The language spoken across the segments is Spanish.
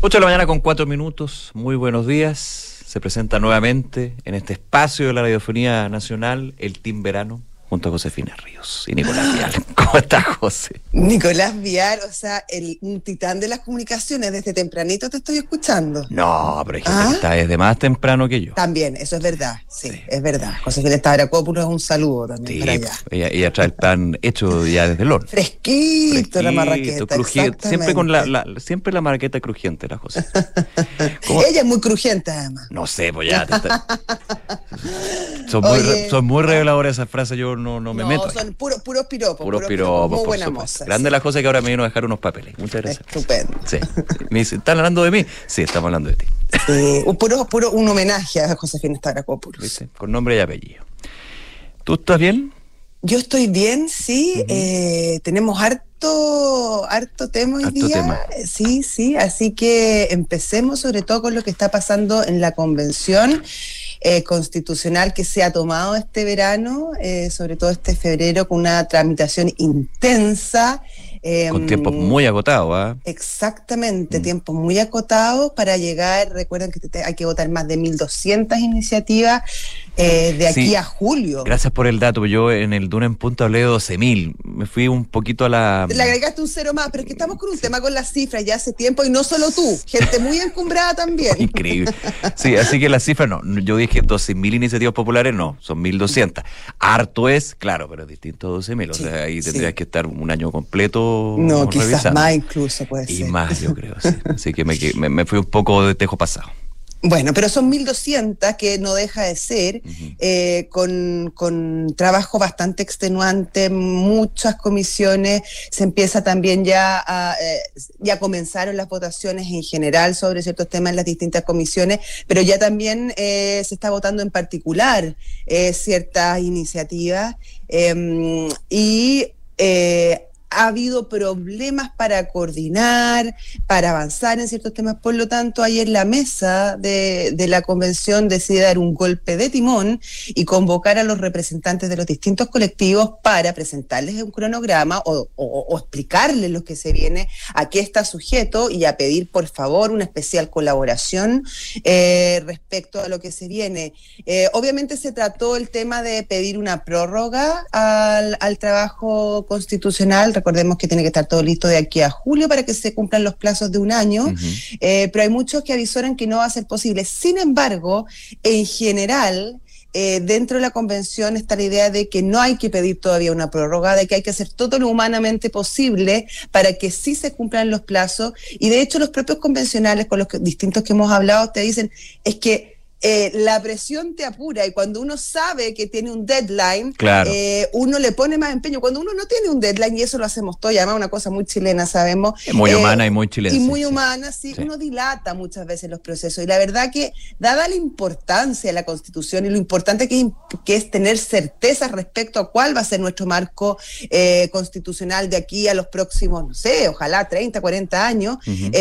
8 de la mañana con 4 minutos. Muy buenos días. Se presenta nuevamente en este espacio de la radiofonía nacional el Team Verano junto a Josefina Ríos y Nicolás Vial. ¿Cómo estás, José? Nicolás Vial, o sea, un titán de las comunicaciones. Desde tempranito te estoy escuchando. No, pero hay gente que está desde más temprano que yo. También, eso es verdad, sí. Es verdad. Josefina Stavrakopoulos, un saludo también para allá. Ella trae el pan hecho ya desde el horno. Fresquito, la marraqueta, crujiente, siempre con siempre la marraqueta crujiente, la José. Ella es muy crujiente, además. No sé, pues ya. Son muy reveladoras esas frases, yo no me meto. No, son puros piropos. Puros piropos, muy por buena supuesto. moza. Grande la José que ahora me vino a dejar unos papeles. Muchas gracias. Estupendo. Sí. Me dice, ¿están hablando de mí? Sí, estamos hablando de ti. Un homenaje a Josefina Stavrakopoulos. ¿Viste? Con nombre y apellido. ¿Tú estás bien? Yo estoy bien, sí. Tenemos harto tema hoy día. Tema. Sí. Así que empecemos sobre todo con lo que está pasando en la convención constitucional que se ha tomado este verano, sobre todo este febrero, con una tramitación intensa. Con tiempos muy agotados, ¿ah? Exactamente, tiempos muy acotados para llegar. Recuerden que hay que votar más de 1.200 iniciativas de aquí a julio. Gracias por el dato. Yo en el Duna en Punto hablé de 12.000. Me fui un poquito a la... Le agregaste un cero más, pero es que estamos con un tema con las cifras ya hace tiempo, y no solo tú, gente muy encumbrada también. Increíble. Sí, así que las cifras no. Yo dije 12.000 iniciativas populares, no, son 1.200. Harto es, claro, pero es distinto a 12.000. O sea, ahí tendrías que estar un año completo. No, quizás revisando. más incluso puede ser. Y más, yo creo, sí. Así que me fui un poco de tejo pasado. Bueno, pero son 1.200, que no deja de ser, con trabajo bastante extenuante, muchas comisiones. Se empieza también ya comenzaron las votaciones en general sobre ciertos temas en las distintas comisiones, pero ya también se está votando en particular ciertas iniciativas ha habido problemas para coordinar, para avanzar en ciertos temas. Por lo tanto, ayer la mesa de la convención decide dar un golpe de timón y convocar a los representantes de los distintos colectivos para presentarles un cronograma o explicarles lo que se viene, a qué está sujeto, y a pedir, por favor, una especial colaboración respecto a lo que se viene. Obviamente se trató el tema de pedir una prórroga al trabajo constitucional. Recordemos que tiene que estar todo listo de aquí a julio para que se cumplan los plazos de un año, pero hay muchos que avisoran que no va a ser posible. Sin embargo, en general, dentro de la convención está la idea de que no hay que pedir todavía una prórroga, de que hay que hacer todo lo humanamente posible para que sí se cumplan los plazos, y de hecho los propios convencionales con los distintos que hemos hablado te dicen es que la presión te apura, y cuando uno sabe que tiene un deadline, claro, uno le pone más empeño. Cuando uno no tiene un deadline, y eso lo hacemos todos, y además una cosa muy chilena, sabemos. Muy humana y muy chilena. Y muy humana, sí, uno dilata muchas veces los procesos. Y la verdad que, dada la importancia de la Constitución y lo importante que es tener certeza respecto a cuál va a ser nuestro marco constitucional de aquí a los próximos, no sé, ojalá 30, 40 años,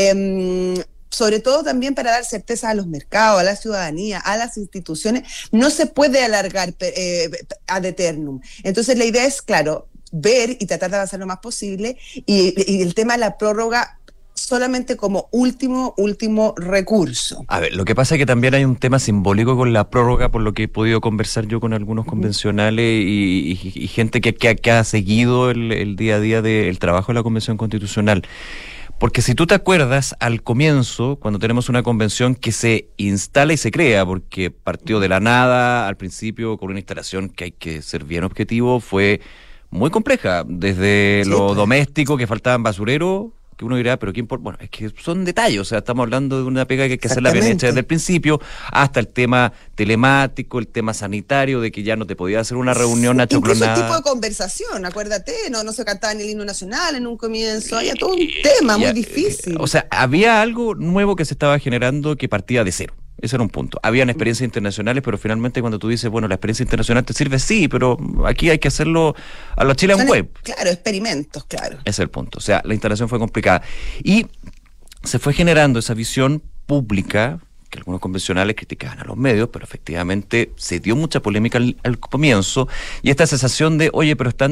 sobre todo también para dar certeza a los mercados, a la ciudadanía, a las instituciones, no se puede alargar ad eternum. Entonces la idea es, claro, ver y tratar de avanzar lo más posible, y el tema de la prórroga solamente como último recurso. A ver, lo que pasa es que también hay un tema simbólico con la prórroga, por lo que he podido conversar yo con algunos convencionales y gente que ha seguido el día a día del trabajo de la Convención Constitucional. Porque si tú te acuerdas, al comienzo, cuando tenemos una convención que se instala y se crea, porque partió de la nada, al principio, con una instalación que hay que ser bien objetivo, fue muy compleja, desde lo doméstico, que faltaban basureros, que uno dirá, pero ¿qué importa? Bueno, es que son detalles, o sea, estamos hablando de una pega que hay que hacerla bien hecha desde el principio, hasta el tema telemático, el tema sanitario, de que ya no te podía hacer una reunión achoclonada. Incluso el tipo de conversación, acuérdate, no se cantaba ni el himno nacional en un comienzo, había todo un tema muy difícil. O sea, había algo nuevo que se estaba generando que partía de cero. Ese era un punto. Habían experiencias internacionales, pero finalmente cuando tú dices, bueno, la experiencia internacional te sirve, sí, pero aquí hay que hacerlo a la Chilean Web. Claro, experimentos, claro. Ese es el punto. O sea, la instalación fue complicada. Y se fue generando esa visión pública, que algunos convencionales criticaban a los medios, pero efectivamente se dio mucha polémica al comienzo, y esta sensación de, oye, pero están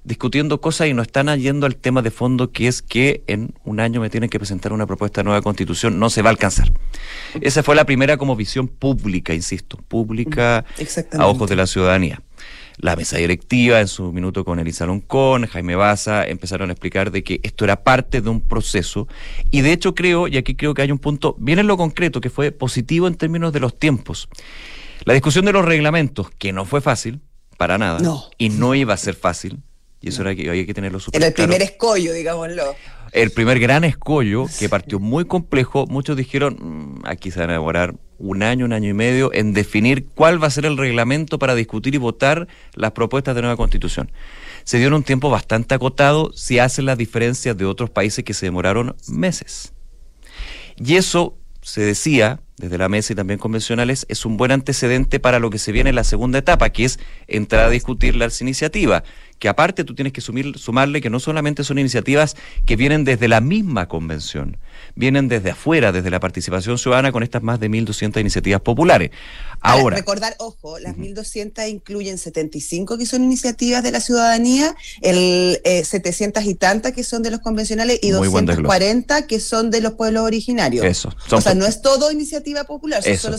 discutiendo cosas y no están yendo al tema de fondo, que es que en un año me tienen que presentar una propuesta de nueva constitución, no se va a alcanzar. Esa fue la primera como visión pública, insisto, pública a ojos de la ciudadanía. La mesa directiva, en su minuto con Elisa Loncón, Jaime Baza, empezaron a explicar de que esto era parte de un proceso, y de hecho creo, y aquí creo que hay un punto bien en lo concreto, que fue positivo en términos de los tiempos. La discusión de los reglamentos, que no fue fácil, para nada, y no iba a ser fácil, y eso era que había que tenerlo súper claro. Era el primer escollo, digámoslo. El primer gran escollo, que partió muy complejo. Muchos dijeron, aquí se van a demorar un año y medio en definir cuál va a ser el reglamento para discutir y votar las propuestas de nueva constitución. Se dio en un tiempo bastante acotado si hacen las diferencias de otros países que se demoraron meses. Y eso, se decía desde la mesa y también convencionales, es un buen antecedente para lo que se viene en la segunda etapa, que es entrar a discutir las iniciativas, que aparte tú tienes que sumarle que no solamente son iniciativas que vienen desde la misma convención, vienen desde afuera, desde la participación ciudadana, con estas más de 1.200 iniciativas populares. Ahora, recordar, ojo, las 1.200 incluyen 75 que son iniciativas de la ciudadanía, 700 y tantas que son de los convencionales y 240 que son de los pueblos originarios. Eso. O sea, no es todo iniciativa popular, son solo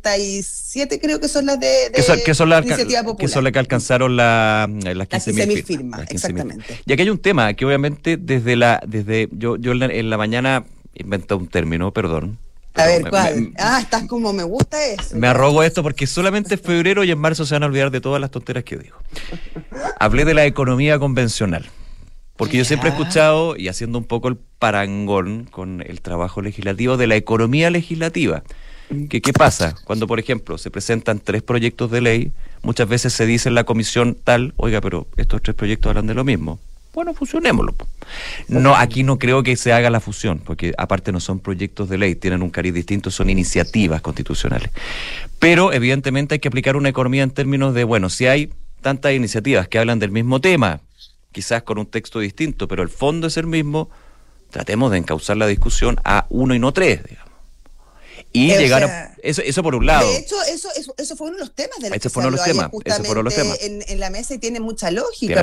77 creo que son las de iniciativa popular. Que son las que alcanzaron las 15.000 firmas. Exactamente. Y aquí hay un tema que obviamente yo en la mañana inventé un término, perdón. A ver, ¿cuál? Estás como me gusta eso. Me arrogo esto porque solamente en febrero y en marzo se van a olvidar de todas las tonteras que digo. Hablé de la economía convencional. Porque yo siempre he escuchado, y haciendo un poco el parangón con el trabajo legislativo, de la economía legislativa. ¿Qué pasa? Cuando, por ejemplo, se presentan 3 proyectos de ley, muchas veces se dice en la comisión tal, oiga, pero estos 3 proyectos hablan de lo mismo. Bueno, fusionémoslo. No, aquí no creo que se haga la fusión, porque aparte no son proyectos de ley, tienen un cariz distinto, son iniciativas constitucionales. Pero evidentemente hay que aplicar una economía en términos de, bueno, si hay tantas iniciativas que hablan del mismo tema, quizás con un texto distinto, pero el fondo es el mismo, tratemos de encauzar la discusión a 1 y no 3, digamos. Y llegar a... Eso por un lado. De hecho, eso fue uno de los temas de la que se habló ayer justamente en la mesa, y tiene mucha lógica.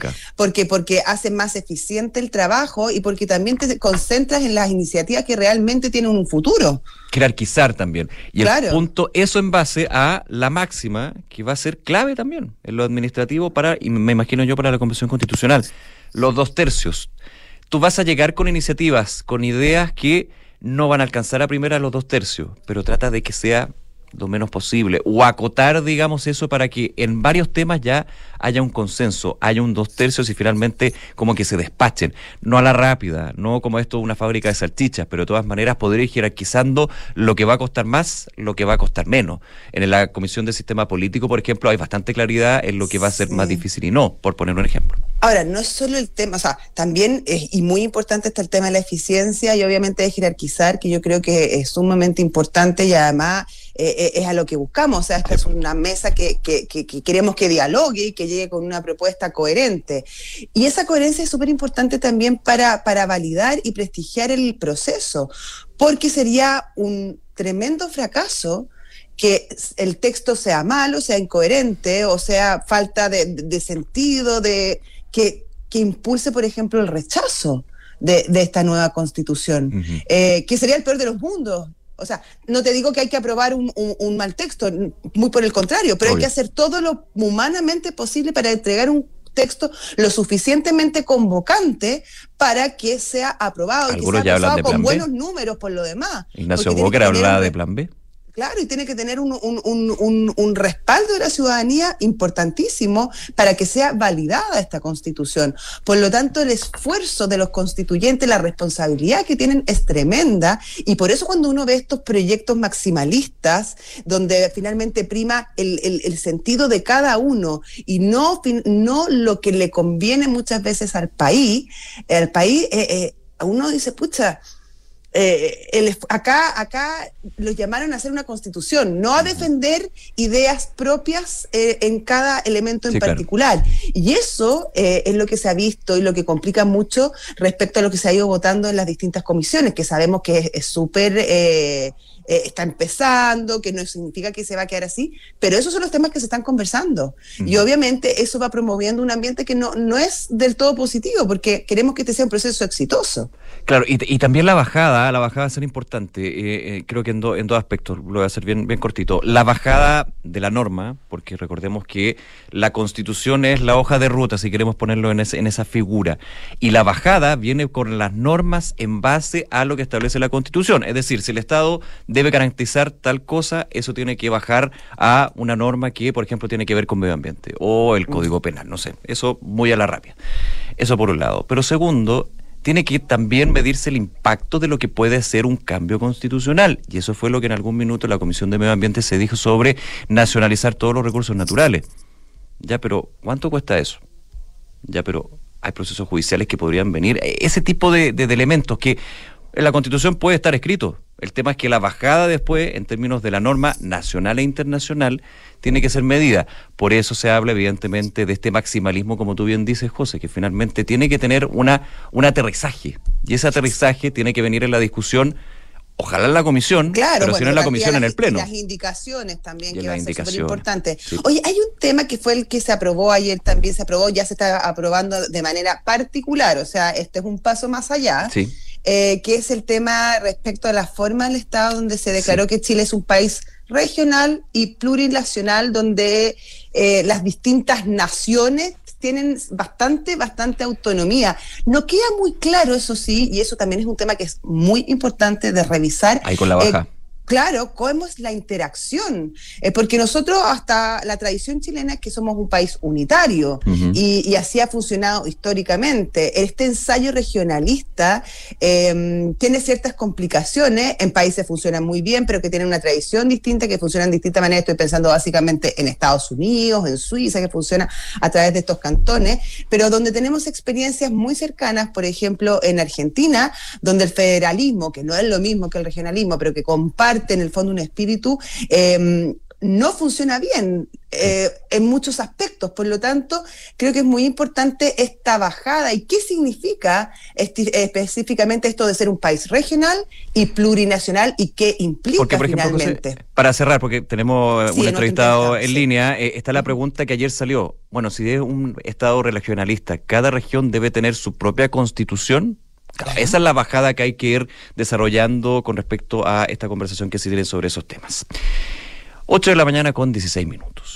Porque hace más eficiente el trabajo y porque también te concentras en las iniciativas que realmente tienen un futuro. Jerarquizar también. Y el punto, eso en base a la máxima, que va a ser clave también en lo administrativo y me imagino yo, para la Convención Constitucional. Los 2/3. Tú vas a llegar con iniciativas, con ideas que no van a alcanzar a primera los 2/3, pero trata de que sea lo menos posible, o acotar, digamos, eso para que en varios temas ya haya un consenso, haya un 2/3 y finalmente como que se despachen, no a la rápida, no como esto una fábrica de salchichas, pero de todas maneras poder ir jerarquizando lo que va a costar más, lo que va a costar menos. En la Comisión de Sistema Político, por ejemplo, hay bastante claridad en lo que va a ser más difícil y no, por poner un ejemplo. Ahora, no es solo el tema, o sea, también y muy importante está el tema de la eficiencia y obviamente de jerarquizar, que yo creo que es sumamente importante y además es a lo que buscamos. O sea, esta es una mesa que queremos que dialogue y que llegue con una propuesta coherente. Y esa coherencia es súper importante también para validar y prestigiar el proceso, porque sería un tremendo fracaso que el texto sea malo, sea incoherente, o sea falta de sentido, que impulse, por ejemplo, el rechazo de esta nueva constitución, que sería el peor de los mundos. O sea, no te digo que hay que aprobar un mal texto, muy por el contrario, pero hay que hacer todo lo humanamente posible para entregar un texto lo suficientemente convocante para que sea aprobado, y que sea aprobado con buenos números por lo demás. Ignacio Walker hablaba de plan B. Claro, y tiene que tener un respaldo de la ciudadanía importantísimo para que sea validada esta Constitución. Por lo tanto, el esfuerzo de los constituyentes, la responsabilidad que tienen es tremenda, y por eso cuando uno ve estos proyectos maximalistas, donde finalmente prima el sentido de cada uno y no lo que le conviene muchas veces al país, uno dice, pucha, acá los llamaron a hacer una constitución, no a defender ideas propias en cada elemento en particular. Claro. Y eso es lo que se ha visto y lo que complica mucho respecto a lo que se ha ido votando en las distintas comisiones, que sabemos que es súper... está empezando, que no significa que se va a quedar así, pero esos son los temas que se están conversando. Y obviamente eso va promoviendo un ambiente que no es del todo positivo, porque queremos que este sea un proceso exitoso. Claro, y también la bajada va a ser importante, creo que en dos aspectos, lo voy a hacer bien cortito. La bajada de la norma, porque recordemos que la Constitución es la hoja de ruta, si queremos ponerlo en esa figura, y la bajada viene con las normas en base a lo que establece la Constitución, es decir, si el Estado debe garantizar tal cosa, eso tiene que bajar a una norma que, por ejemplo, tiene que ver con medio ambiente o el Código Penal, no sé, eso muy a la rápida. Eso por un lado. Pero segundo, tiene que también medirse el impacto de lo que puede ser un cambio constitucional, y eso fue lo que en algún minuto la Comisión de Medio Ambiente se dijo sobre nacionalizar todos los recursos naturales. Ya, pero ¿cuánto cuesta eso? Ya, pero hay procesos judiciales que podrían venir, ese tipo de elementos que en la Constitución puede estar escrito. El tema es que la bajada después, en términos de la norma nacional e internacional, tiene que ser medida. Por eso se habla, evidentemente, de este maximalismo, como tú bien dices, José, que finalmente tiene que tener un aterrizaje. Y ese aterrizaje tiene que venir en la discusión, ojalá en la comisión, claro, pero si no en la comisión, en el Pleno. Y las indicaciones también, que va a ser súper importante. Sí. Oye, hay un tema que fue el que se aprobó ayer, también se aprobó, ya se está aprobando de manera particular, o sea, este es un paso más allá. Sí. Que es el tema respecto a la forma del Estado, donde se declaró que Chile es un país regional y plurinacional, donde las distintas naciones tienen bastante autonomía. No queda muy claro, eso sí, y eso también es un tema que es muy importante de revisar. Ahí con la baja. Claro, ¿cómo es la interacción? Porque nosotros, hasta la tradición chilena, es que somos un país unitario, y así ha funcionado históricamente. Este ensayo regionalista tiene ciertas complicaciones. En países funcionan muy bien, pero que tienen una tradición distinta, que funcionan de distinta manera. Estoy pensando básicamente en Estados Unidos, en Suiza, que funciona a través de estos cantones, pero donde tenemos experiencias muy cercanas, por ejemplo, en Argentina, donde el federalismo, que no es lo mismo que el regionalismo, pero que comparte en el fondo un espíritu, no funciona bien en muchos aspectos. Por lo tanto, creo que es muy importante esta bajada. ¿Y qué significa específicamente esto de ser un país regional y plurinacional, y qué implica? Porque, por ejemplo, finalmente? José, para cerrar, porque tenemos un entrevistado en línea, está la pregunta que ayer salió. Bueno, si es un Estado regionalista, ¿cada región debe tener su propia constitución? Claro. Esa es la bajada que hay que ir desarrollando con respecto a esta conversación que se tiene sobre esos temas. 8 de la mañana con 16 minutos.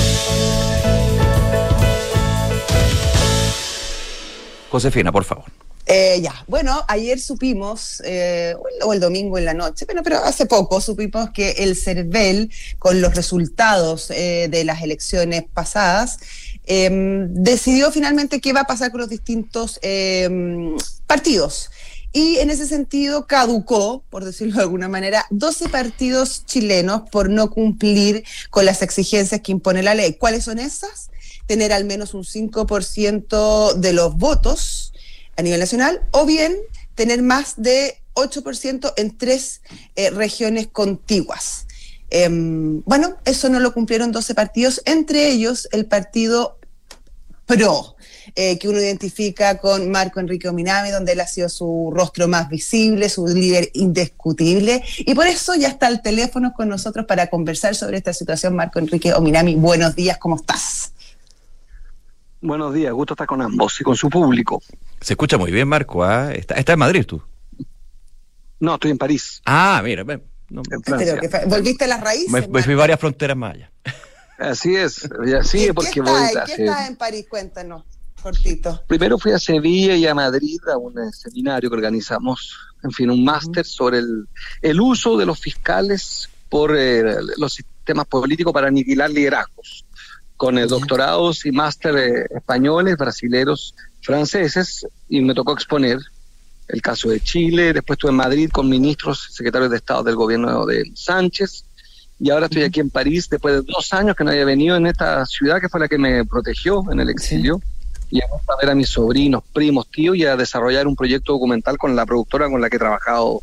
Josefina, por favor. Bueno, ayer supimos, o el domingo en la noche, pero hace poco supimos que el CERVEL, con los resultados de las elecciones pasadas, decidió finalmente qué va a pasar con los distintos partidos. Y en ese sentido caducó, por decirlo de alguna manera, 12 partidos chilenos por no cumplir con las exigencias que impone la ley. ¿Cuáles son esas? Tener al menos un 5% de los votos a nivel nacional, o bien tener más de 8% en 3 regiones contiguas. Bueno, eso no lo cumplieron 12 partidos, entre ellos el partido PRO, que uno identifica con Marco Enrique Ominami, donde él ha sido su rostro más visible, su líder indiscutible, y por eso ya está al teléfono con nosotros para conversar sobre esta situación. Marco Enrique Ominami, buenos días, ¿cómo estás? Buenos días, gusto estar con ambos y con su público. Se escucha muy bien, Marco, ¿eh? ¿Está en Madrid tú? No, estoy en París. Ah, mira, no, pero que volviste a las raíces. Me fui varias fronteras más allá. Así es, así es porque voy a hacer... ¿Qué estás en París? Cuéntanos, cortito. Primero fui a Sevilla y a Madrid a un seminario que organizamos, en fin, un máster sobre el uso de los fiscales por los sistemas políticos para aniquilar liderazgos, con doctorados y máster españoles, brasileros, franceses, y me tocó exponer el caso de Chile. Después estuve en Madrid con ministros, secretarios de Estado del gobierno de Sánchez, y ahora estoy aquí en París después de 2 años que no había venido en esta ciudad que fue la que me protegió en el exilio, y a ver a mis sobrinos, primos, tíos, y a desarrollar un proyecto documental con la productora con la que he trabajado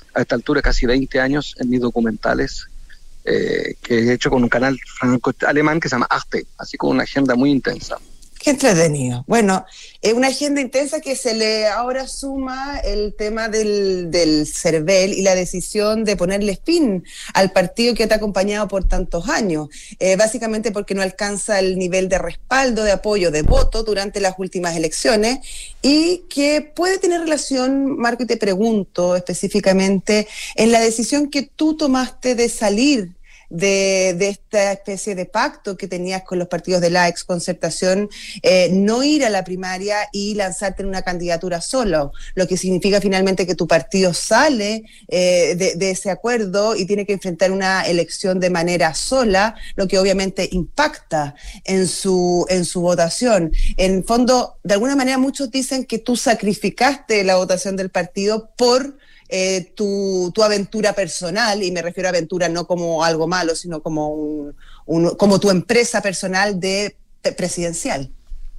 a esta altura casi 20 años en mis documentales que he hecho con un canal franco-alemán que se llama Arte, así con una agenda muy intensa. Qué entretenido. Bueno, es una agenda intensa que se le ahora suma el tema del CERVEL y la decisión de ponerle fin al partido que te ha acompañado por tantos años, básicamente porque no alcanza el nivel de respaldo, de apoyo, de voto durante las últimas elecciones, y que puede tener relación, Marco, y te pregunto específicamente, en la decisión que tú tomaste de salir de esta especie de pacto que tenías con los partidos de la exconcertación, no ir a la primaria y lanzarte en una candidatura solo, lo que significa finalmente que tu partido sale de ese acuerdo y tiene que enfrentar una elección de manera sola, lo que obviamente impacta en su votación. En fondo, de alguna manera muchos dicen que tú sacrificaste la votación del partido por tu aventura personal, y me refiero a aventura no como algo malo, sino como como tu empresa personal de presidencial.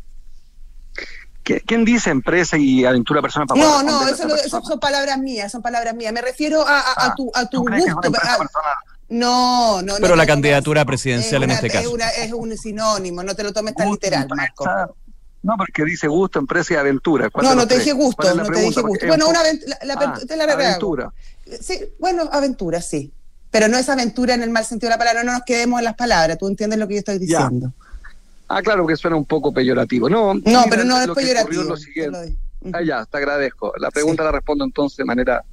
¿Quién dice empresa y aventura personal? No, eso son palabras mías, Me refiero a tu gusto. No. Pero la candidatura presidencial en este caso. Es un sinónimo, no te lo tomes tan literal, Marco. No, porque dice gusto, empresa y aventura. No te dije gusto, Bueno, te la aventura. Sí, bueno, aventura, sí. Pero no es aventura en el mal sentido de la palabra, no nos quedemos en las palabras, tú entiendes lo que yo estoy diciendo. Ya. Claro que suena un poco peyorativo. No, pero no es peyorativo. Lo siguiente. Ya, te agradezco. La pregunta la respondo entonces de manera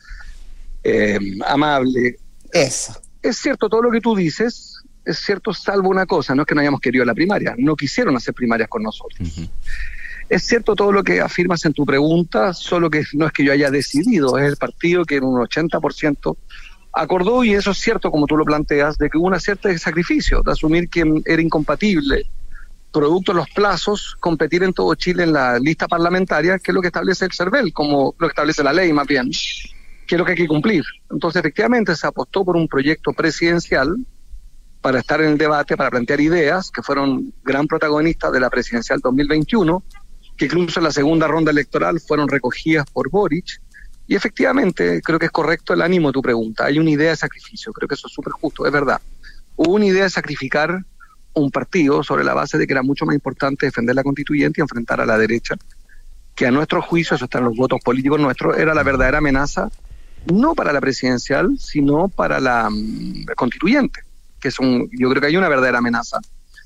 amable. Eso. Es cierto todo lo que tú dices. Es cierto, salvo una cosa, no es que no hayamos querido la primaria, no quisieron hacer primarias con nosotros. Uh-huh. Es cierto todo lo que afirmas en tu pregunta, solo que no es que yo haya decidido, es el partido que en un 80% acordó, y eso es cierto como tú lo planteas, de que hubo una cierta de sacrificio, de asumir que era incompatible, producto de los plazos, competir en todo Chile en la lista parlamentaria, que es lo que establece el CERVEL, como lo que establece la ley más bien, que es lo que hay que cumplir. Entonces efectivamente se apostó por un proyecto presidencial, para estar en el debate, para plantear ideas, que fueron gran protagonistas de la presidencial 2021, que incluso en la segunda ronda electoral fueron recogidas por Boric, y efectivamente creo que es correcto el ánimo de tu pregunta. Hay una idea de sacrificio, creo que eso es súper justo, es verdad. Hubo una idea de sacrificar un partido sobre la base de que era mucho más importante defender la constituyente y enfrentar a la derecha, que a nuestro juicio, eso está en los votos políticos nuestros, era la verdadera amenaza, no para la presidencial, sino para la constituyente. Yo creo que hay una verdadera amenaza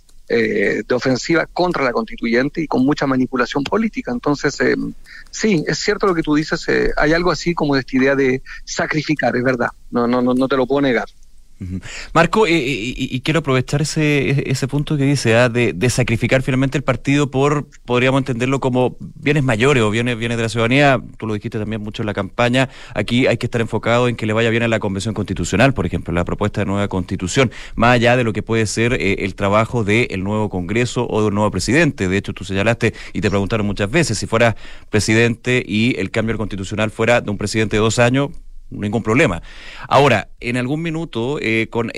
de ofensiva contra la constituyente y con mucha manipulación política. Entonces, sí, es cierto lo que tú dices, hay algo así como de esta idea de sacrificar, es verdad, no te lo puedo negar. Marco, y quiero aprovechar ese punto que dice, de sacrificar finalmente el partido por, podríamos entenderlo como bienes mayores o bienes de la ciudadanía. Tú lo dijiste también mucho en la campaña. Aquí hay que estar enfocado en que le vaya bien a la Convención Constitucional, por ejemplo, la propuesta de nueva Constitución, más allá de lo que puede ser el trabajo del nuevo Congreso o del nuevo presidente. De hecho, tú señalaste y te preguntaron muchas veces, si fuera presidente y el cambio constitucional fuera de un presidente de 2 años, ningún problema. Ahora, en algún minuto, con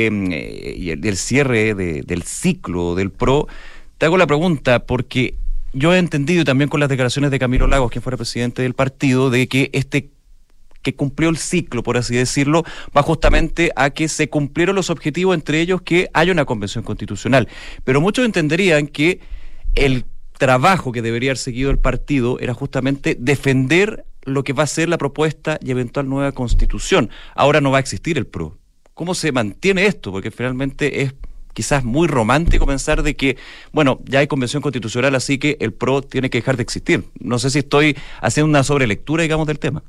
y el cierre del ciclo del PRO, te hago la pregunta, porque yo he entendido también con las declaraciones de Camilo Lagos, quien fuera presidente del partido, de que que cumplió el ciclo, por así decirlo, va justamente a que se cumplieron los objetivos, entre ellos que haya una convención constitucional. Pero muchos entenderían que el trabajo que debería haber seguido el partido era justamente defender lo que va a ser la propuesta y eventual nueva constitución. Ahora no va a existir el PRO. ¿Cómo se mantiene esto? Porque finalmente es quizás muy romántico pensar de que, bueno, ya hay convención constitucional, así que el PRO tiene que dejar de existir. No sé si estoy haciendo una sobrelectura, digamos, del tema.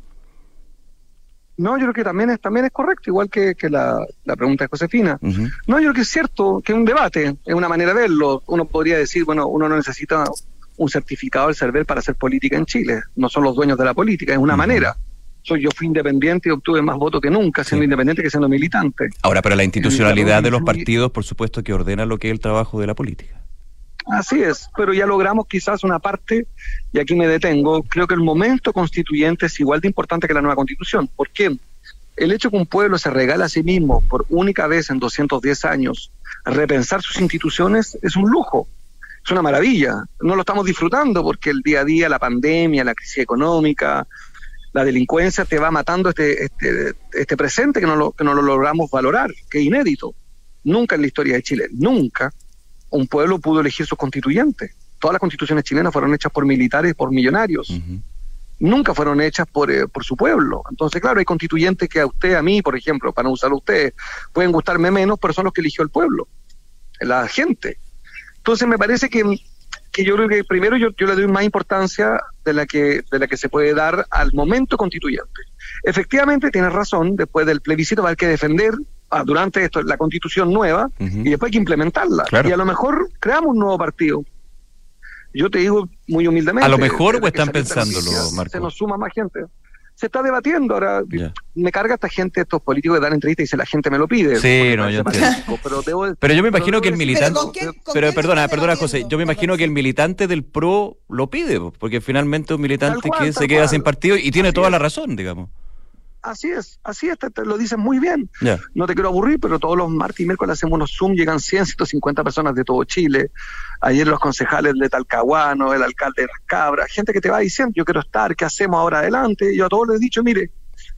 No, yo creo que también es correcto, igual que la pregunta de Josefina. Uh-huh. No, yo creo que es cierto que es un debate, es una manera de verlo. Uno podría decir, bueno, uno no necesita un certificado del CERVEL para hacer política en Chile. No son los dueños de la política, es una manera. Yo fui independiente y obtuve más votos que nunca siendo independiente que siendo militante. Ahora, pero la institucionalidad de los partidos, por supuesto, que ordena lo que es el trabajo de la política. Así es, pero ya logramos quizás una parte, y aquí me detengo. Creo que el momento constituyente es igual de importante que la nueva constitución. ¿Por qué? El hecho que un pueblo se regala a sí mismo por única vez en 210 años repensar sus instituciones es un lujo. Es una maravilla, no lo estamos disfrutando porque el día a día, la pandemia, la crisis económica, La delincuencia te va matando este presente que no lo logramos valorar, que es inédito. Nunca en la historia de Chile, nunca un pueblo pudo elegir sus constituyentes. Todas las constituciones chilenas fueron hechas por militares y por millonarios. Nunca fueron hechas por su pueblo. Entonces, claro, hay constituyentes que a usted, a mí, por ejemplo, para no usarlo a ustedes, pueden gustarme menos, pero son los que eligió el pueblo, la gente. Entonces, me parece que yo creo que primero yo le doy más importancia de la que se puede dar al momento constituyente. Efectivamente, tienes razón, después del plebiscito va a haber que defender durante esto la constitución nueva y después hay que implementarla. Claro. Y a lo mejor creamos un nuevo partido. Yo te digo muy humildemente. ¿A lo mejor o están pensándolo, Marco? Se nos suma más gente. Se está debatiendo ahora. Me carga esta gente, estos políticos que dan entrevistas y dice la gente me lo pide. Sí, no, yo entiendo. Pero yo me imagino que el militante... Pero perdona, José, yo me imagino que el militante del PRO lo pide, porque finalmente un militante que se queda sin partido y tiene toda la razón, digamos. Así es, te lo dicen muy bien. No te quiero aburrir, pero todos los martes y miércoles hacemos unos Zoom, llegan 100, 150 personas de todo Chile. Ayer los concejales de Talcahuano, el alcalde de Las Cabras, gente que te va diciendo, yo quiero estar, ¿qué hacemos ahora adelante? Yo a todos les he dicho, mire,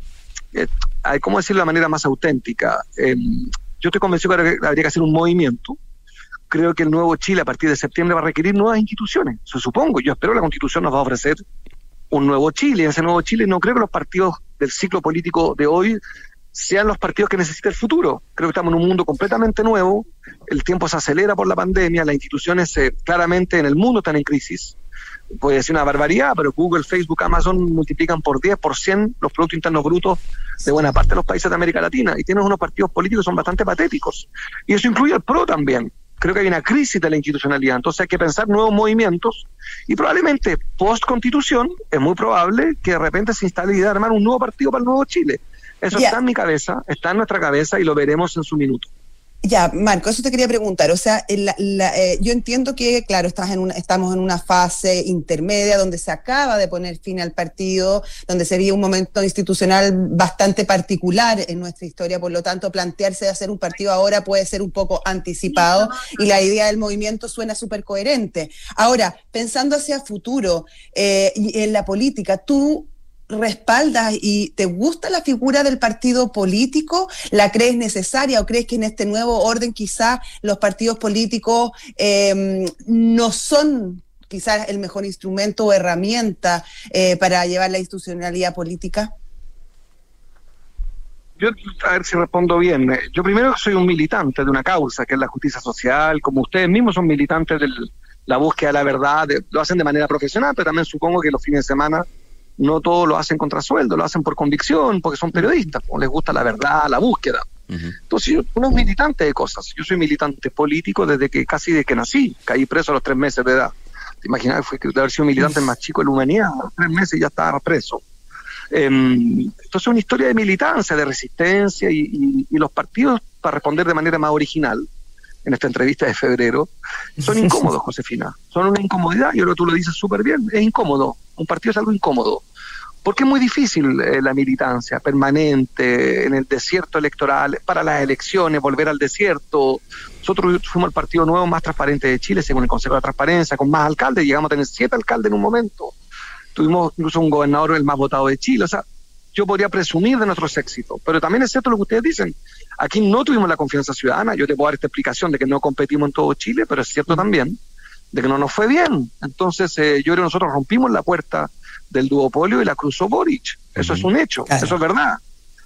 ¿cómo decirlo de la manera más auténtica? Yo estoy convencido que habría que hacer un movimiento. Creo que el nuevo Chile a partir de septiembre va a requerir nuevas instituciones, eso supongo. Yo espero que la Constitución nos va a ofrecer un nuevo Chile. En ese nuevo Chile no creo que los partidos del ciclo político de hoy sean los partidos que necesita el futuro. Creo que estamos en un mundo completamente nuevo, el tiempo se acelera por la pandemia, las instituciones claramente en el mundo están en crisis. Puede decir una barbaridad, pero Google, Facebook, Amazon multiplican por 10, por 100 los productos internos brutos de buena parte de los países de América Latina, y tienes unos partidos políticos que son bastante patéticos. Y eso incluye al PRO también. Creo que hay una crisis de la institucionalidad, entonces hay que pensar nuevos movimientos y probablemente post-constitución es muy probable que de repente se instale la idea de armar un nuevo partido para el nuevo Chile. Eso está en mi cabeza, está en nuestra cabeza y lo veremos en su minuto. Ya, Marco, eso te quería preguntar. O sea, yo entiendo que, claro, estamos en una fase intermedia donde se acaba de poner fin al partido, donde se vive un momento institucional bastante particular en nuestra historia, por lo tanto, plantearse de hacer un partido ahora puede ser un poco anticipado y la idea del movimiento suena súper coherente. Ahora, pensando hacia futuro y en la política, ¿tú respaldas y te gusta la figura del partido político? ¿La crees necesaria o crees que en este nuevo orden quizás los partidos políticos no son quizás el mejor instrumento o herramienta para llevar la institucionalidad política? Yo, a ver si respondo bien. Yo primero soy un militante de una causa, que es la justicia social, como ustedes mismos son militantes de la búsqueda de la verdad, lo hacen de manera profesional, pero también supongo que los fines de semana no todos lo hacen contra sueldo, lo hacen por convicción, porque son periodistas, o les gusta la verdad, la búsqueda. Entonces uno es militante de cosas. Yo soy militante político desde que nací, caí preso a los 3 meses de edad. ¿Te imaginas? Fue que de haber sido militante más chico de la humanidad, a los 3 meses ya estaba preso. Entonces es una historia de militancia, de resistencia y los partidos, para responder de manera más original en esta entrevista de febrero, son incómodos, Josefina, son una incomodidad. Yo creo que tú lo dices súper bien, es incómodo, un partido es algo incómodo, porque es muy difícil la militancia permanente en el desierto electoral, para las elecciones, volver al desierto. Nosotros fuimos el partido nuevo más transparente de Chile, según el Consejo de Transparencia, con más alcaldes, llegamos a tener 7 alcaldes en un momento, tuvimos incluso un gobernador el más votado de Chile. O sea, yo podría presumir de nuestros éxitos, pero también es cierto lo que ustedes dicen. Aquí no tuvimos la confianza ciudadana. Yo te puedo dar esta explicación de que no competimos en todo Chile, pero es cierto también de que no nos fue bien. Entonces, yo creo que nosotros rompimos la puerta del duopolio y la cruzó Boric. Eso es un hecho, eso es verdad.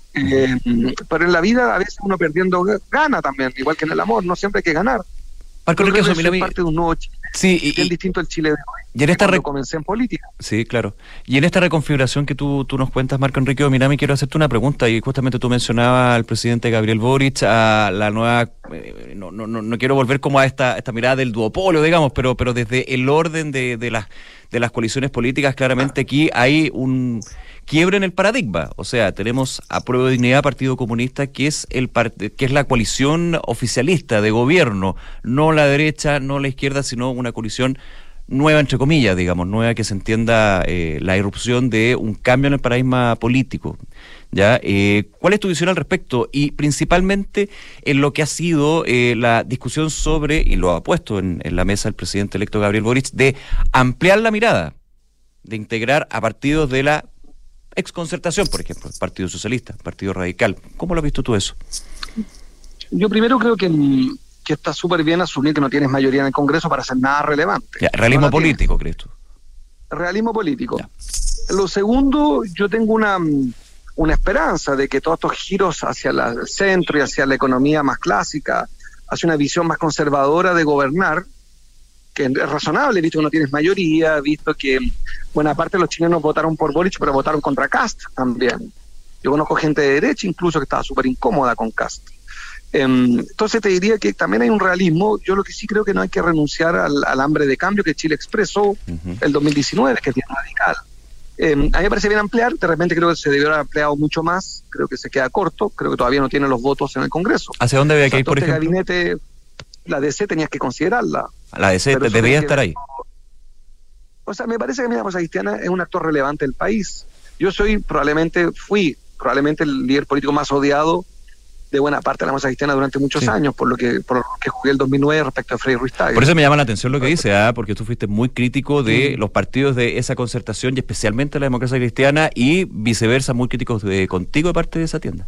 Pero en la vida a veces uno perdiendo gana también, igual que en el amor, no siempre hay que ganar. Marco Enrique, eso es parte de un nuevo Chile. Sí, y es distinto al Chile de hoy. Y en esta cuando comencé en política. Sí, claro. Y en esta reconfiguración que tú nos cuentas, Marco Enrique Ominami, quiero hacerte una pregunta, y justamente tú mencionabas al presidente Gabriel Boric, a la nueva, no quiero volver como a esta mirada del duopolio, digamos, pero desde el orden de las coaliciones políticas, claramente aquí hay un quiebre en el paradigma. O sea, tenemos a Prueba de Dignidad, Partido Comunista, que es la coalición oficialista de gobierno, no la derecha, no la izquierda, sino una coalición nueva, entre comillas, digamos, nueva, que se entienda la irrupción de un cambio en el paradigma político. ¿Ya? ¿Cuál es tu visión al respecto? Y principalmente en lo que ha sido la discusión sobre, y lo ha puesto en la mesa el presidente electo Gabriel Boric, de ampliar la mirada, de integrar a partidos de la exconcertación, por ejemplo, Partido Socialista, Partido Radical. ¿Cómo lo has visto tú eso? Yo primero creo que está súper bien asumir que no tienes mayoría en el Congreso para hacer nada relevante. Ya, realismo político, ¿crees tú? Realismo político. Ya. Lo segundo, yo tengo una esperanza de que todos estos giros hacia el centro y hacia la economía más clásica, hacia una visión más conservadora de gobernar, que es razonable, visto que no tienes mayoría, visto que buena parte de los chilenos votaron por Boric, pero votaron contra Kast también. Yo conozco gente de derecha incluso que estaba súper incómoda con Kast. Entonces te diría que también hay un realismo. Yo lo que sí creo que no hay que renunciar al hambre de cambio que Chile expresó el 2019, que es bien radical. A mí me parece bien ampliar, de repente creo que se debió haber ampliado mucho más, creo que se queda corto, creo que todavía no tiene los votos en el Congreso. ¿Hacia dónde había que ir, por ejemplo? Gabinete, la DC tenías que considerarla. La DC debería estar ahí. O sea, me parece que la Democracia Cristiana es un actor relevante del país. Yo fui probablemente el líder político más odiado de buena parte de la Democracia Cristiana durante muchos años, por lo que jugué el 2009 respecto a Frei Ruiz Tagle. Por eso me llama la atención lo que dice, porque tú fuiste muy crítico de los partidos de esa concertación y especialmente la Democracia Cristiana, y viceversa, muy críticos contigo de parte de esa tienda.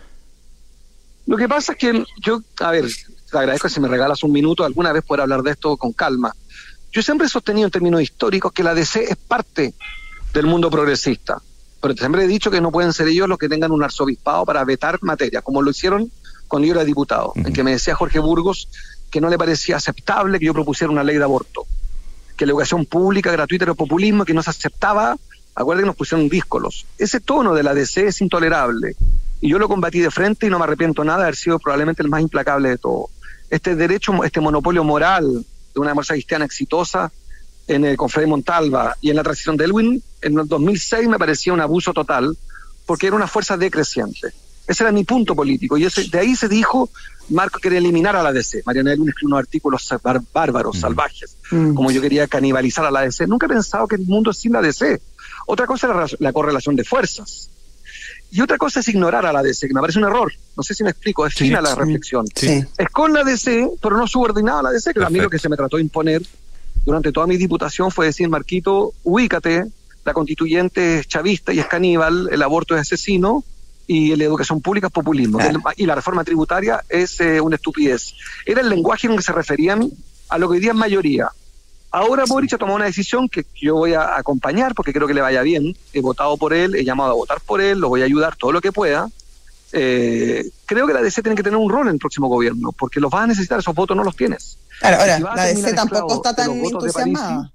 Lo que pasa es que yo, te agradezco si me regalas un minuto alguna vez poder hablar de esto con calma. Yo siempre he sostenido en términos históricos que la DC es parte del mundo progresista. Pero siempre he dicho que no pueden ser ellos los que tengan un arzobispado para vetar materias, como lo hicieron cuando yo era diputado, en que me decía Jorge Burgos que no le parecía aceptable que yo propusiera una ley de aborto, que la educación pública gratuita era populismo, que no se aceptaba. Acuérdense que nos pusieron díscolos. Ese tono de la DC es intolerable, y yo lo combatí de frente y no me arrepiento nada de haber sido probablemente el más implacable de todo. Este monopolio moral de una democracia cristiana exitosa con Frei Montalva y en la transición de Elwin, en el 2006 me parecía un abuso total, porque era una fuerza decreciente. Ese era mi punto político, y de ahí se dijo, Marco quería eliminar a la DC. Mariana Elwin escribió unos artículos bárbaros, salvajes, como yo quería canibalizar a la DC. Nunca he pensado que el mundo es sin la DC. Otra cosa era la correlación de fuerzas. Y otra cosa es ignorar a la DC, que me parece un error. No sé si me explico, es fina la reflexión. Sí. Es con la DC, pero no subordinada a la DC, que a mí lo que se me trató de imponer durante toda mi diputación fue decir, Marquito, ubícate, la constituyente es chavista y es caníbal, el aborto es asesino, y la educación pública es populismo, y la reforma tributaria es una estupidez. Era el lenguaje en el que se referían a lo que hoy día es mayoría. Ahora Boric ha tomado una decisión que yo voy a acompañar porque creo que le vaya bien. He votado por él, he llamado a votar por él, lo voy a ayudar todo lo que pueda. Creo que la DC tiene que tener un rol en el próximo gobierno, porque los vas a necesitar, esos votos no los tienes. Claro, ahora, la DC tampoco está tan entusiasmada.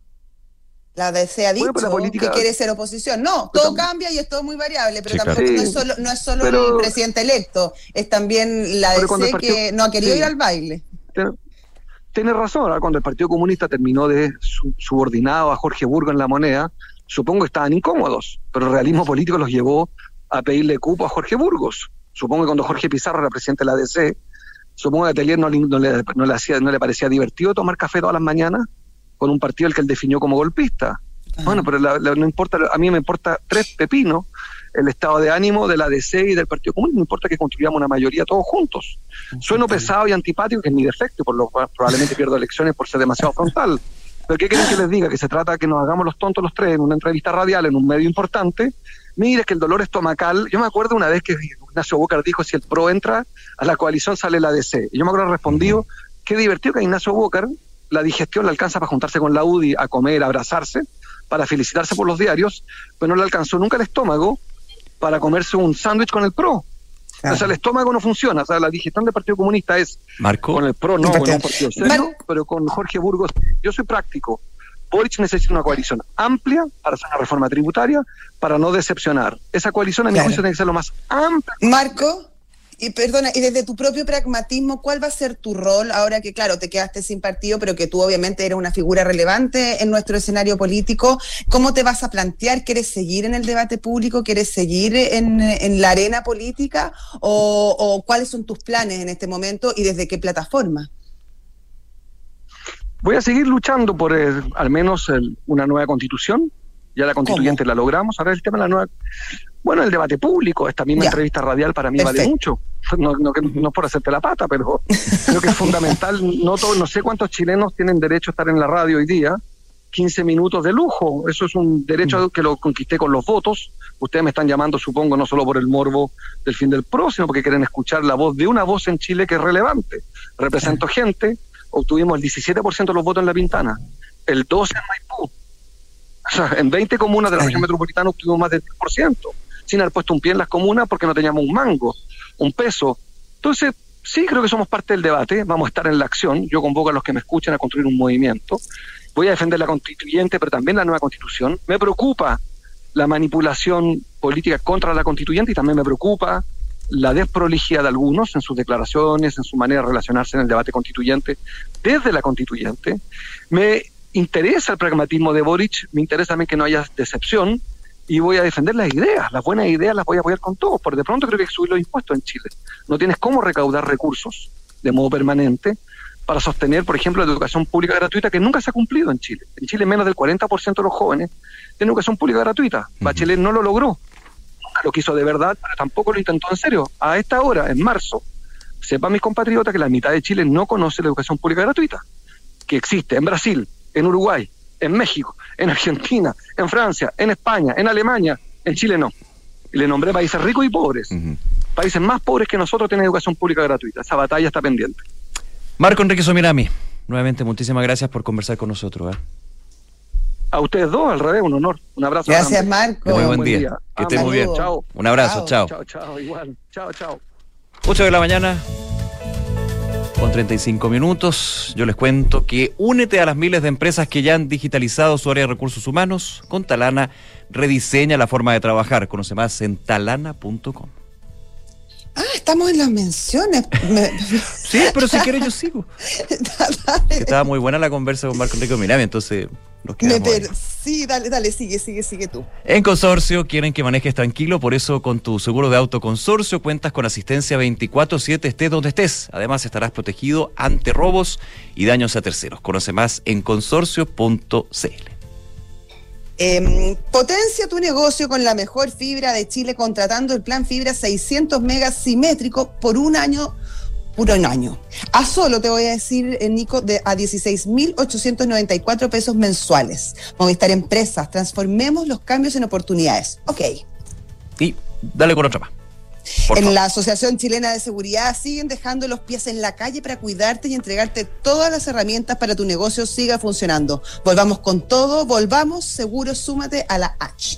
La DC ha dicho que quiere ser oposición. No, todo cambia y es todo muy variable, pero tampoco no es solo el presidente electo, es también la DC que no ha querido ir al baile. Tienes razón, ahora cuando el Partido Comunista terminó de subordinado a Jorge Burgos en La Moneda, supongo que estaban incómodos, pero el realismo político los llevó a pedirle cupo a Jorge Burgos. Supongo que cuando Jorge Pizarro era presidente de la DC, supongo que a Tellier no le parecía divertido tomar café todas las mañanas con un partido al que él definió como golpista. Bueno, pero no importa, a mí me importa tres pepinos el estado de ánimo de la DC y del Partido Comunista. No importa que construyamos una mayoría todos juntos. Sueno pesado y antipático, que es mi defecto, por lo cual probablemente pierdo elecciones por ser demasiado frontal. Pero ¿qué quieren que les diga? Que se trata de que nos hagamos los tontos los tres en una entrevista radial en un medio importante. Mire, es que el dolor estomacal. Yo me acuerdo una vez que Ignacio Bócar dijo, si el PRO entra a la coalición sale la DC. Y yo me acuerdo respondido, qué divertido que a Ignacio Bócar la digestión le alcanza para juntarse con la UDI a comer, a abrazarse, para felicitarse por los diarios, pero no le alcanzó nunca el estómago para comerse un sándwich con el PRO. Claro. O sea, el estómago no funciona. O sea, la digestión del Partido Comunista es Marco, con el PRO, no con un partido serio, pero con Jorge Burgos. Yo soy práctico. Boric necesita una coalición amplia para hacer una reforma tributaria, para no decepcionar. Esa coalición, a mi juicio, tiene que ser lo más amplia. Marco, y perdona, y desde tu propio pragmatismo, ¿cuál va a ser tu rol ahora que, claro, te quedaste sin partido, pero que tú obviamente eres una figura relevante en nuestro escenario político? ¿Cómo te vas a plantear? ¿Quieres seguir en el debate público? ¿Quieres seguir en la arena política? ¿O cuáles son tus planes en este momento y desde qué plataforma? Voy a seguir luchando por al menos una nueva constitución. Ya la constituyente la logramos. Ahora el tema de la nueva... Bueno, el debate público, esta misma entrevista radial para mí vale mucho. No es por hacerte la pata, pero creo que es fundamental. No sé cuántos chilenos tienen derecho a estar en la radio hoy día, 15 minutos de lujo. Eso es un derecho que lo conquisté con los votos. Ustedes me están llamando, supongo, no solo por el morbo del fin del PRO, sino porque quieren escuchar la voz de una voz en Chile que es relevante. Represento gente, obtuvimos el 17% de los votos en La Pintana, el 12% en Maipú. O sea, en 20 comunas de la región metropolitana obtuvimos más del 10%, sin haber puesto un pie en las comunas porque no teníamos un mango, un peso. Entonces, sí, creo que somos parte del debate, vamos a estar en la acción. Yo convoco a los que me escuchan a construir un movimiento. Voy a defender la constituyente, pero también la nueva constitución. Me preocupa la manipulación política contra la constituyente y también me preocupa la desprolijidad de algunos en sus declaraciones, en su manera de relacionarse en el debate constituyente desde la constituyente. Me interesa el pragmatismo de Boric, me interesa también que no haya decepción y voy a defender las ideas, las buenas ideas las voy a apoyar con todos, porque de pronto creo que hay que subir los impuestos en Chile. No tienes cómo recaudar recursos de modo permanente para sostener, por ejemplo, la educación pública gratuita que nunca se ha cumplido en Chile. En Chile menos del 40% de los jóvenes tienen educación pública gratuita. Bachelet no lo logró, nunca lo quiso de verdad, pero tampoco lo intentó en serio. A esta hora, en marzo, sepan mis compatriotas que la mitad de Chile no conoce la educación pública gratuita, que existe en Brasil, en Uruguay, en México, en Argentina, en Francia, en España, en Alemania, en Chile no. Y le nombré países ricos y pobres. Países más pobres que nosotros tienen educación pública gratuita. Esa batalla está pendiente. Marco Enrique Somirami, nuevamente muchísimas gracias por conversar con nosotros. A ustedes dos, al revés, un honor. Un abrazo. Gracias, grande. Marco. Muy buen día. Que estés muy bien. Chao. Un abrazo, chao. Chao, igual. Chao. 8 de la mañana, con 35 minutos. Yo les cuento que únete a las miles de empresas que ya han digitalizado su área de recursos humanos. Con Talana rediseña la forma de trabajar. Conoce más en talana.com. Estamos en las menciones. Sí, pero si quieres yo sigo. Estaba muy buena la conversa con Marco Enrique Somirami, entonces nos quedamos ahí. Sí, dale, sigue tú. En Consorcio quieren que manejes tranquilo, por eso con tu seguro de auto Consorcio cuentas con asistencia 24/7 estés donde estés. Además estarás protegido ante robos y daños a terceros. Conoce más en consorcio.cl. Potencia tu negocio con la mejor fibra de Chile contratando el plan fibra 600 megas simétrico por un año. A solo, te voy a decir, Nico, a 16.894 pesos mensuales. Movistar Empresas, transformemos los cambios en oportunidades. Ok. Y dale con otra más. En la Asociación Chilena de Seguridad siguen dejando los pies en la calle para cuidarte y entregarte todas las herramientas para tu negocio siga funcionando. Volvamos con todo, seguro, súmate a la H.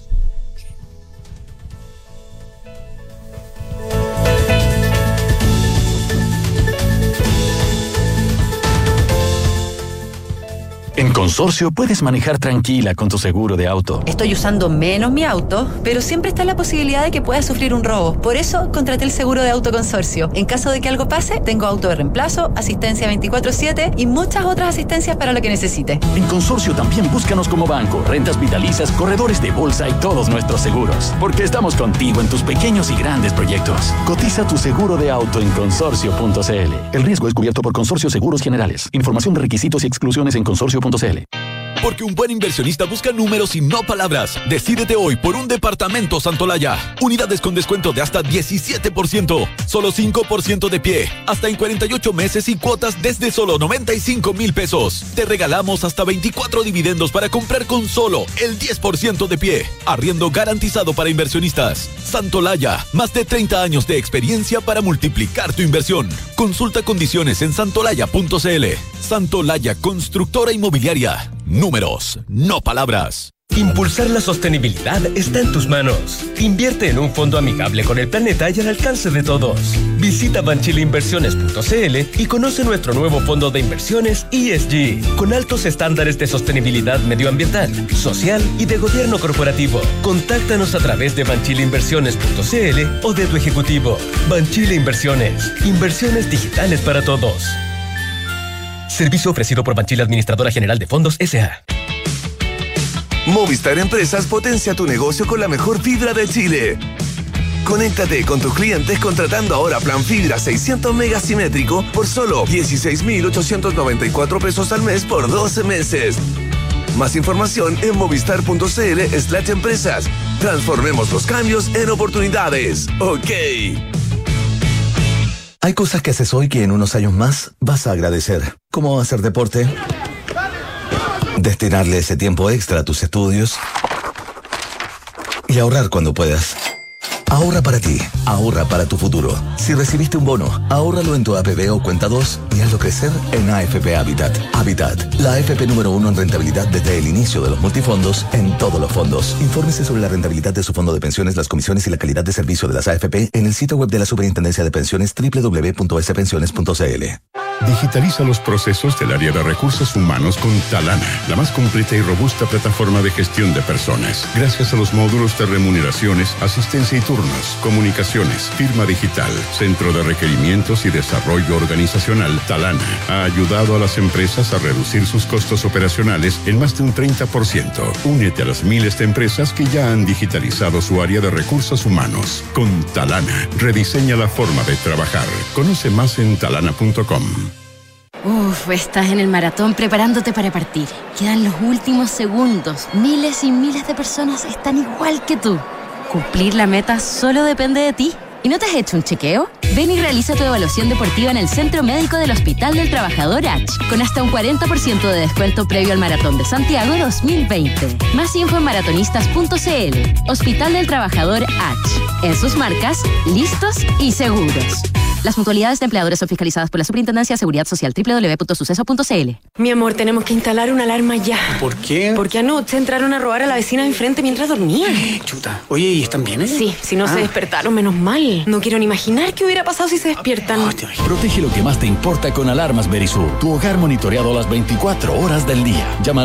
En Consorcio puedes manejar tranquila con tu seguro de auto. Estoy usando menos mi auto, pero siempre está la posibilidad de que pueda sufrir un robo. Por eso contraté el seguro de auto Consorcio. En caso de que algo pase, tengo auto de reemplazo, asistencia 24/7 y muchas otras asistencias para lo que necesite. En Consorcio también búscanos como banco, rentas vitalicias, corredores de bolsa y todos nuestros seguros. Porque estamos contigo en tus pequeños y grandes proyectos. Cotiza tu seguro de auto en consorcio.cl. El riesgo es cubierto por Consorcio Seguros Generales. Información de requisitos y exclusiones en consorcio.cl. Porque un buen inversionista busca números y no palabras. Decídete hoy por un departamento Santolaya. Unidades con descuento de hasta 17%. Solo 5% de pie. Hasta en 48 meses y cuotas desde solo 95,000 pesos. Te regalamos hasta 24 dividendos para comprar con solo el 10% de pie. Arriendo garantizado para inversionistas. Santolaya. Más de 30 años de experiencia para multiplicar tu inversión. Consulta condiciones en santolaya.cl. Santolaya Constructora Inmobiliaria. Números, no palabras. Impulsar la sostenibilidad está en tus manos. Invierte en un fondo amigable con el planeta y al alcance de todos. Visita banchileinversiones.cl y conoce nuestro nuevo fondo de inversiones ESG, con altos estándares de sostenibilidad medioambiental, social y de gobierno corporativo. Contáctanos a través de banchileinversiones.cl o de tu ejecutivo. Banchile Inversiones. Inversiones digitales para todos. Servicio ofrecido por Banchile Administradora General de Fondos S.A. Movistar Empresas potencia tu negocio con la mejor fibra de Chile. Conéctate con tus clientes contratando ahora plan fibra 600 megas simétrico por solo 16.894 pesos al mes por 12 meses. Más información en movistar.cl/empresas. Transformemos los cambios en oportunidades. Ok. Hay cosas que haces hoy que en unos años más vas a agradecer. Como hacer deporte, destinarle ese tiempo extra a tus estudios y ahorrar cuando puedas. Ahorra para ti, ahorra para tu futuro. Si recibiste un bono, ahórralo en tu APB o cuenta 2 y hazlo crecer en AFP Habitat. Habitat, la AFP número 1 en rentabilidad desde el inicio de los multifondos en todos los fondos. Infórmese sobre la rentabilidad de su fondo de pensiones, las comisiones y la calidad de servicio de las AFP en el sitio web de la Superintendencia de Pensiones www.spensiones.cl. Digitaliza los procesos del área de recursos humanos con Talana, la más completa y robusta plataforma de gestión de personas. Gracias a los módulos de remuneraciones, asistencia y turnos, comunicaciones, firma digital, centro de requerimientos y desarrollo organizacional, Talana ha ayudado a las empresas a reducir sus costos operacionales en más de un 30%. Únete a las miles de empresas que ya han digitalizado su área de recursos humanos. Con Talana, rediseña la forma de trabajar. Conoce más en talana.com. Estás en el maratón preparándote para partir. Quedan los últimos segundos. Miles y miles de personas están igual que tú. Cumplir la meta solo depende de ti. ¿Y no te has hecho un chequeo? Ven y realiza tu evaluación deportiva en el Centro Médico del Hospital del Trabajador H, con hasta un 40% de descuento previo al Maratón de Santiago 2020. Más info en maratonistas.cl. Hospital del Trabajador H. En sus marcas, listos y seguros. Las mutualidades de empleadores son fiscalizadas por la Superintendencia de Seguridad Social www.suceso.cl. Mi amor, tenemos que instalar una alarma ya. ¿Por qué? Porque anoche entraron a robar a la vecina de enfrente mientras dormía. Chuta. Oye, ¿y están bien ellos? Sí, si no se despertaron, menos mal. No quiero ni imaginar qué hubiera pasado si se despiertan. Protege lo que más te importa con alarmas Verisur. Tu hogar monitoreado las 24 horas del día. Llama al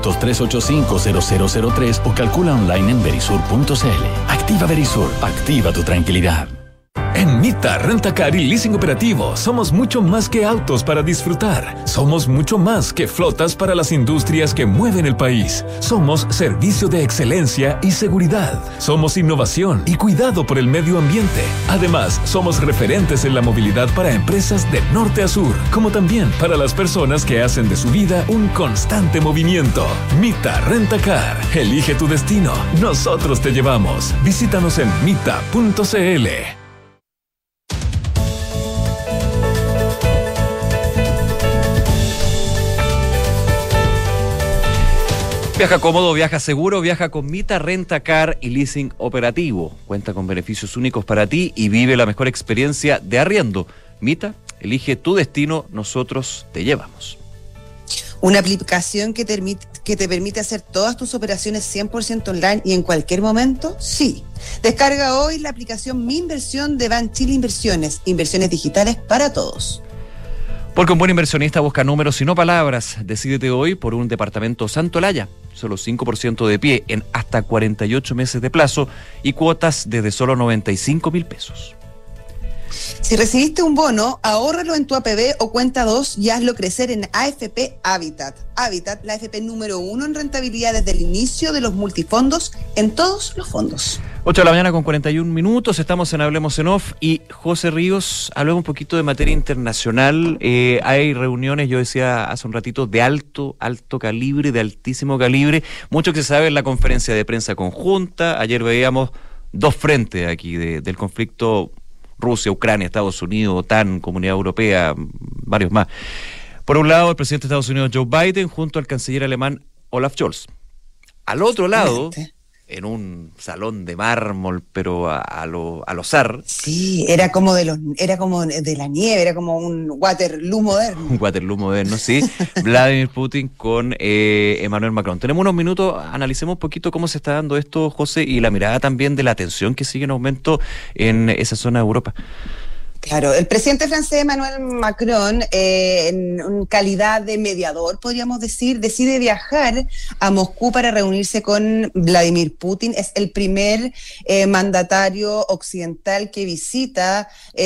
600-385-0003 o calcula online en verisur.cl. Activa Verisur. Activa tu tranquilidad. En Mita, Rentacar y Leasing Operativo somos mucho más que autos para disfrutar. Somos mucho más que flotas para las industrias que mueven el país. Somos servicio de excelencia y seguridad. Somos innovación y cuidado por el medio ambiente. Además, somos referentes en la movilidad para empresas de norte a sur, como también para las personas que hacen de su vida un constante movimiento. Mita Rentacar. Elige tu destino. Nosotros te llevamos. Visítanos en mita.cl. Viaja cómodo, viaja seguro, viaja con Mita Rentacar y Leasing Operativo. Cuenta con beneficios únicos para ti y vive la mejor experiencia de arriendo. Mita, elige tu destino, nosotros te llevamos. Una aplicación que te permite hacer todas tus operaciones 100% online y en cualquier momento, sí. Descarga hoy la aplicación Mi Inversión de Banchile Inversiones. Inversiones digitales para todos. Porque un buen inversionista busca números y no palabras. Decídete hoy por un departamento Santolaya. Solo 5% de pie en hasta 48 meses de plazo y cuotas desde solo 95.000 pesos. Si recibiste un bono, ahórralo en tu APB o cuenta 2 y hazlo crecer en AFP Habitat. Habitat, la AFP número 1 en rentabilidad desde el inicio de los multifondos en todos los fondos. 8 de la mañana con 41 minutos, estamos en Hablemos en Off y José Ríos, hablemos un poquito de materia internacional. Hay reuniones, yo decía hace un ratito, de alto calibre, de altísimo calibre. Mucho que se sabe en la conferencia de prensa conjunta. Ayer veíamos dos frentes aquí del conflicto Rusia, Ucrania, Estados Unidos, OTAN, Comunidad Europea, varios más. Por un lado, el presidente de Estados Unidos, Joe Biden, junto al canciller alemán, Olaf Scholz. Al otro lado, en un salón de mármol, pero a lo zar. Sí, era como de la nieve, era como un Waterloo moderno. Un Waterloo moderno, sí. Vladimir Putin con Emmanuel Macron. Tenemos unos minutos, analicemos un poquito cómo se está dando esto, José, y la mirada también de la tensión que sigue en aumento en esa zona de Europa. Claro, el presidente francés Emmanuel Macron, en calidad de mediador, podríamos decir, decide viajar a Moscú para reunirse con Vladimir Putin. Es el primer mandatario occidental que visita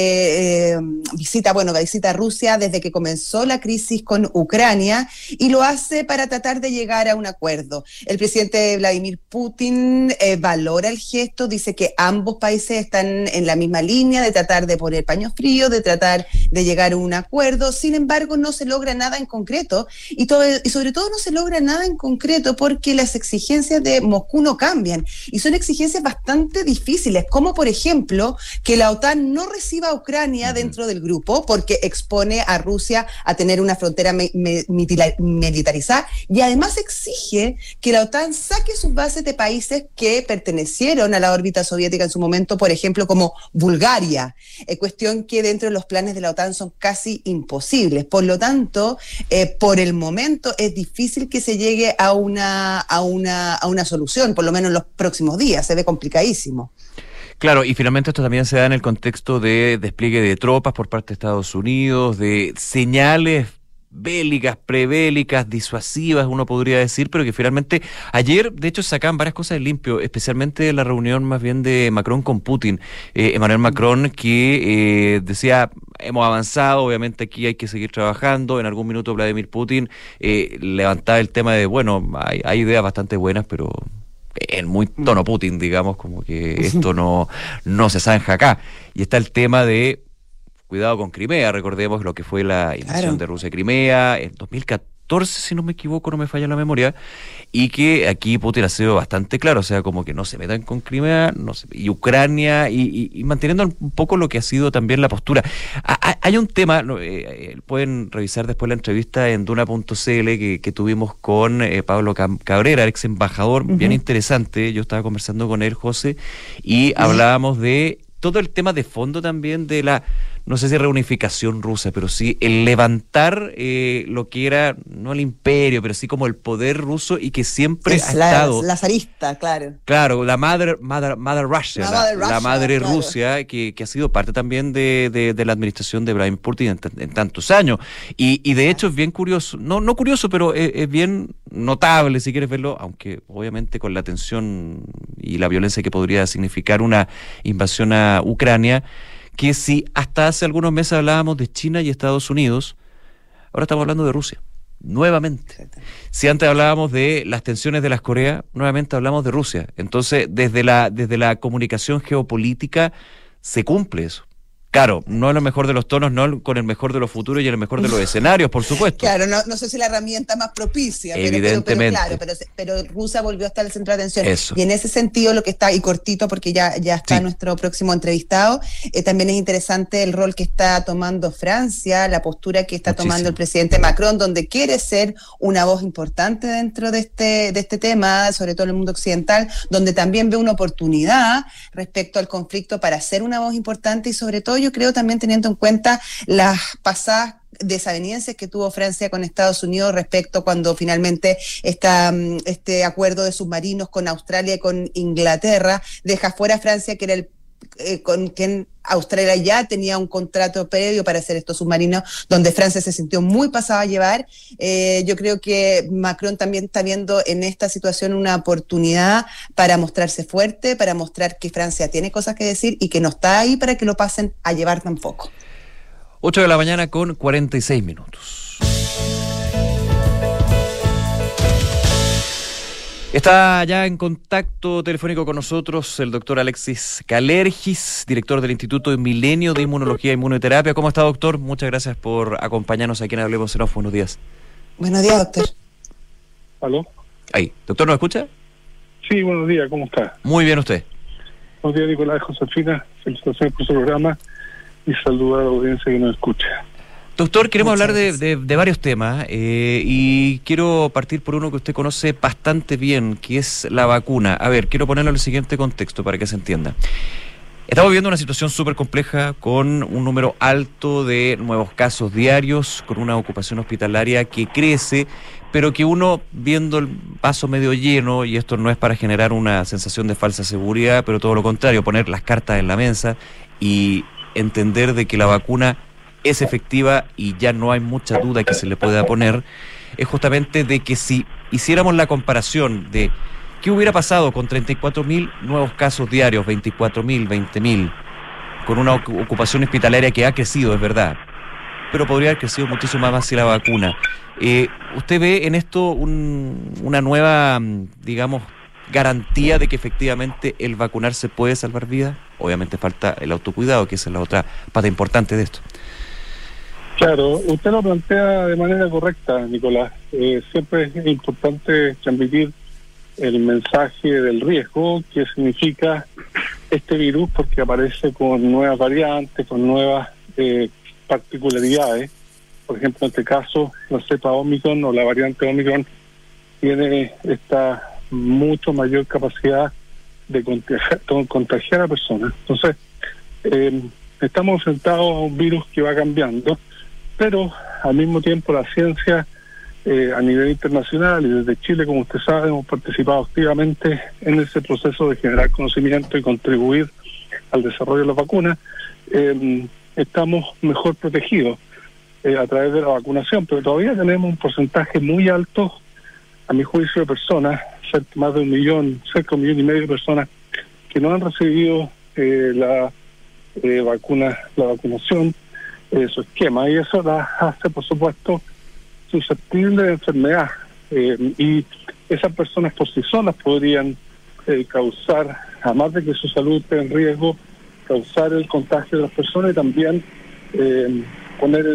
Rusia desde que comenzó la crisis con Ucrania y lo hace para tratar de llegar a un acuerdo. El presidente Vladimir Putin valora el gesto, dice que ambos países están en la misma línea de tratar de poner paños frío, de tratar llegar a un acuerdo. Sin embargo, no se logra nada en concreto y sobre todo no se logra nada en concreto porque las exigencias de Moscú no cambian y son exigencias bastante difíciles, como por ejemplo que la OTAN no reciba a Ucrania dentro del grupo porque expone a Rusia a tener una frontera militarizada, y además exige que la OTAN saque sus bases de países que pertenecieron a la órbita soviética en su momento, por ejemplo, como Bulgaria, cuestión que dentro de los planes de la OTAN son casi imposibles. Por lo tanto, por el momento es difícil que se llegue a una solución, por lo menos en los próximos días, se ve complicadísimo. Claro, y finalmente esto también se da en el contexto de despliegue de tropas por parte de Estados Unidos, de señales bélicas, prebélicas, disuasivas, uno podría decir, pero que finalmente ayer, de hecho, sacaban varias cosas de limpio, especialmente la reunión más bien de Macron con Putin. Emmanuel Macron que decía, hemos avanzado, obviamente aquí hay que seguir trabajando. En algún minuto Vladimir Putin levantaba el tema de, bueno, hay ideas bastante buenas, pero en muy tono Putin, digamos, como que esto no se zanja acá. Y está el tema de cuidado con Crimea, recordemos lo que fue la invasión de Rusia a Crimea en 2014, si no me equivoco, no me falla la memoria, y que aquí Putin ha sido bastante claro, o sea, como que no se metan con Crimea y Ucrania, y manteniendo un poco lo que ha sido también la postura. Hay un tema, pueden revisar después la entrevista en Duna.cl que tuvimos con Pablo Cabrera, ex embajador, bien interesante. Yo estaba conversando con él, José, y hablábamos de todo el tema de fondo también de la, no sé si reunificación rusa, pero sí el levantar lo que era, no el imperio, pero sí como el poder ruso, y que siempre ha estado... La zarista, claro. Claro, la Mother Russia, la madre claro. Rusia, que ha sido parte también de la administración de Vladimir Putin en tantos años. Y de hecho es bien curioso, no curioso, pero es bien notable, si quieres verlo, aunque obviamente con la tensión y la violencia que podría significar una invasión a Ucrania, que si hasta hace algunos meses hablábamos de China y Estados Unidos, ahora estamos hablando de Rusia, nuevamente. Si antes hablábamos de las tensiones de las Coreas, nuevamente hablamos de Rusia. Entonces, desde la comunicación geopolítica se cumple eso. Claro, no en lo mejor de los tonos, no con el mejor de los futuros y en el mejor de los escenarios, por supuesto. Claro, no sé si la herramienta más propicia, evidentemente. pero Rusia volvió a estar en el centro de atención. Eso. Y en ese sentido, lo que está, y cortito porque ya está nuestro próximo entrevistado, también es interesante el rol que está tomando Francia, la postura que está tomando el presidente Macron, donde quiere ser una voz importante dentro de este tema, sobre todo en el mundo occidental, donde también ve una oportunidad respecto al conflicto para ser una voz importante, y sobre todo yo creo también teniendo en cuenta las pasadas desavenencias que tuvo Francia con Estados Unidos respecto cuando finalmente este acuerdo de submarinos con Australia y con Inglaterra deja fuera a Francia, que era con quien Australia ya tenía un contrato previo para hacer estos submarinos, donde Francia se sintió muy pasada a llevar. Yo creo que Macron también está viendo en esta situación una oportunidad para mostrarse fuerte, para mostrar que Francia tiene cosas que decir y que no está ahí para que lo pasen a llevar tampoco. 8 de la mañana con 46 minutos. Está ya en contacto telefónico con nosotros el doctor Alexis Kalergis, director del Instituto Milenio de Inmunología e Inmunoterapia. ¿Cómo está, doctor? Muchas gracias por acompañarnos aquí en Hablemos en Off. Buenos días. Buenos días, doctor. ¿Aló? Ahí. ¿Doctor, nos escucha? Sí, buenos días. ¿Cómo está? Muy bien, ¿usted? Buenos días, Nicolás, Josefina. Felicitaciones por su programa y saludar a la audiencia que nos escucha. Doctor, queremos hablar de varios temas y quiero partir por uno que usted conoce bastante bien, que es la vacuna. A ver, quiero ponerlo en el siguiente contexto para que se entienda. Estamos viviendo una situación súper compleja con un número alto de nuevos casos diarios, con una ocupación hospitalaria que crece, pero que uno, viendo el vaso medio lleno, y esto no es para generar una sensación de falsa seguridad, pero todo lo contrario, poner las cartas en la mesa y entender de que la vacuna es efectiva y ya no hay mucha duda que se le pueda poner, es justamente de que si hiciéramos la comparación de qué hubiera pasado con 34.000 nuevos casos diarios, 24.000, 20.000, con una ocupación hospitalaria que ha crecido, es verdad, pero podría haber crecido muchísimo más si la vacuna. ¿Usted ve en esto una nueva, digamos, garantía de que efectivamente el vacunarse puede salvar vidas? Obviamente falta el autocuidado, que esa es la otra pata importante de esto. Claro, usted lo plantea de manera correcta, Nicolás. Siempre es importante transmitir el mensaje del riesgo, que significa este virus, porque aparece con nuevas variantes, con nuevas particularidades. Por ejemplo, en este caso, la cepa Omicron o la variante Omicron tiene esta mucho mayor capacidad de contagiar a personas. Entonces, estamos enfrentados a un virus que va cambiando, pero al mismo tiempo la ciencia a nivel internacional y desde Chile, como usted sabe, hemos participado activamente en ese proceso de generar conocimiento y contribuir al desarrollo de las vacunas. Estamos mejor protegidos a través de la vacunación, pero todavía tenemos un porcentaje muy alto, a mi juicio, de personas, más de 1 millón, cerca de 1,5 millones de personas que no han recibido la vacunación, su esquema, y eso las hace, por supuesto, susceptibles de enfermedad, y esas personas por sí solas podrían causar, además de que su salud esté en riesgo, causar el contagio de las personas y también poner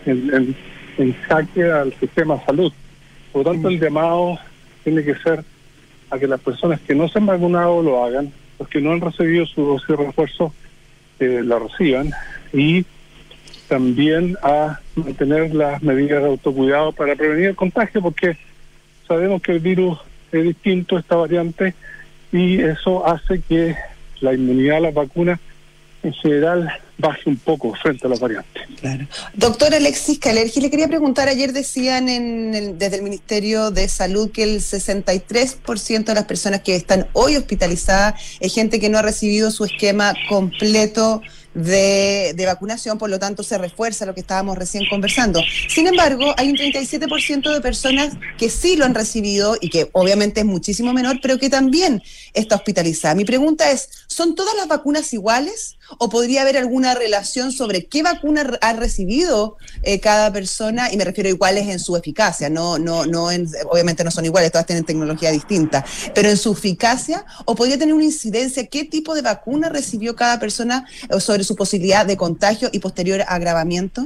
en jaque al sistema de salud. Por lo tanto, el llamado tiene que ser a que las personas que no se han vacunado lo hagan, los que no han recibido su dosis de refuerzo la reciban, y también a mantener las medidas de autocuidado para prevenir el contagio, porque sabemos que el virus es distinto, esta variante, y eso hace que la inmunidad a las vacunas en general baje un poco frente a las variantes. Claro. Doctor Alexis Kalergi, le quería preguntar, ayer decían desde el Ministerio de Salud que el 63% de las personas que están hoy hospitalizadas es gente que no ha recibido su esquema completo de vacunación, por lo tanto se refuerza lo que estábamos recién conversando. Sin embargo, hay un 37% de personas que sí lo han recibido y que obviamente es muchísimo menor, pero que también está hospitalizada. Mi pregunta es, ¿son todas las vacunas iguales o podría haber alguna relación sobre qué vacuna ha recibido cada persona? Y me refiero a iguales en su eficacia, obviamente no son iguales, todas tienen tecnología distinta, pero en su eficacia, o podría tener una incidencia qué tipo de vacuna recibió cada persona sobre su posibilidad de contagio y posterior agravamiento.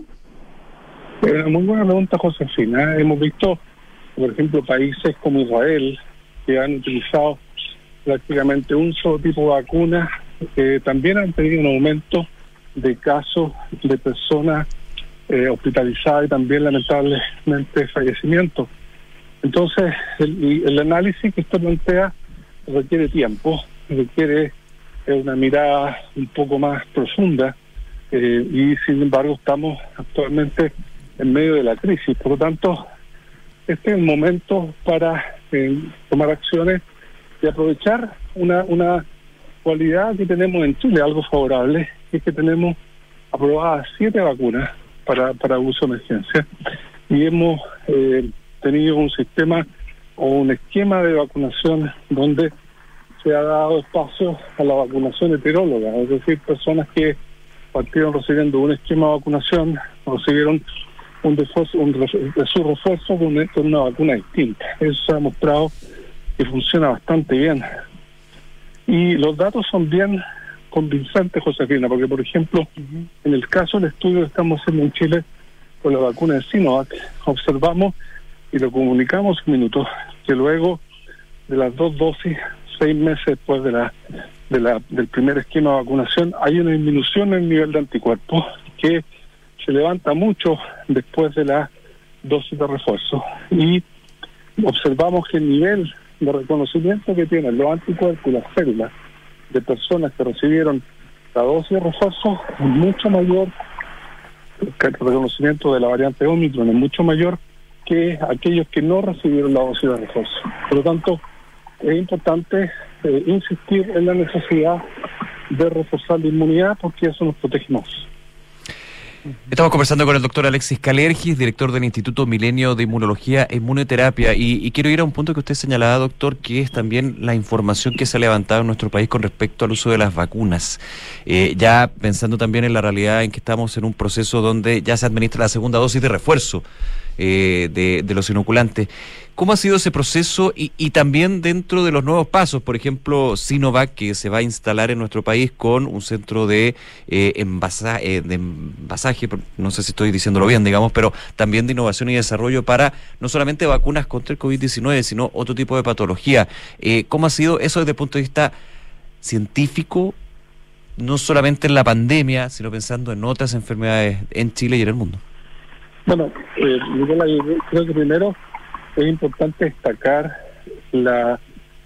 Muy buena pregunta, Josefina. Hemos visto, por ejemplo, países como Israel que han utilizado prácticamente un solo tipo de vacuna, que también han tenido un aumento de casos de personas hospitalizadas y también lamentablemente fallecimientos. Entonces, el análisis que usted plantea requiere tiempo, requiere una mirada un poco más profunda, y sin embargo estamos actualmente en medio de la crisis. Por lo tanto, este es el momento para tomar acciones y aprovechar una cualidad que tenemos en Chile, algo favorable, que es que tenemos aprobadas 7 vacunas para uso de emergencia, y hemos tenido un sistema o un esquema de vacunación donde se ha dado espacio a la vacunación heteróloga, es decir, personas que partieron recibiendo un esquema de vacunación, recibieron su refuerzo con una vacuna distinta. Eso se ha mostrado que funciona bastante bien. Y los datos son bien convincentes, Josefina, porque, por ejemplo, en el caso del estudio que estamos haciendo en Chile con la vacuna de Sinovac, observamos y lo comunicamos un minuto, que luego de las 2 dosis, 6 meses después del primer esquema de vacunación, hay una disminución en el nivel de anticuerpos que se levanta mucho después de la dosis de refuerzo. Y observamos que el nivel de reconocimiento que tienen los anticuerpos y las células de personas que recibieron la dosis de refuerzo es mucho mayor, que el reconocimiento de la variante Omicron es mucho mayor que aquellos que no recibieron la dosis de refuerzo. Por lo tanto, es importante insistir en la necesidad de reforzar la inmunidad, porque eso nos protege más. Estamos conversando con el doctor Alexis Kalergi, director del Instituto Milenio de Inmunología e Inmunoterapia, y quiero ir a un punto que usted señalaba, doctor, que es también la información que se ha levantado en nuestro país con respecto al uso de las vacunas. Ya pensando también en la realidad en que estamos en un proceso donde ya se administra la segunda dosis de refuerzo de los inoculantes. ¿Cómo ha sido ese proceso y también dentro de los nuevos pasos? Por ejemplo, Sinovac, que se va a instalar en nuestro país con un centro de envasaje, no sé si estoy diciéndolo bien, digamos, pero también de innovación y desarrollo para no solamente vacunas contra el COVID-19, sino otro tipo de patología. ¿Cómo ha sido eso desde el punto de vista científico, no solamente en la pandemia, sino pensando en otras enfermedades en Chile y en el mundo? Bueno, Nicolás, yo creo que primero es importante destacar la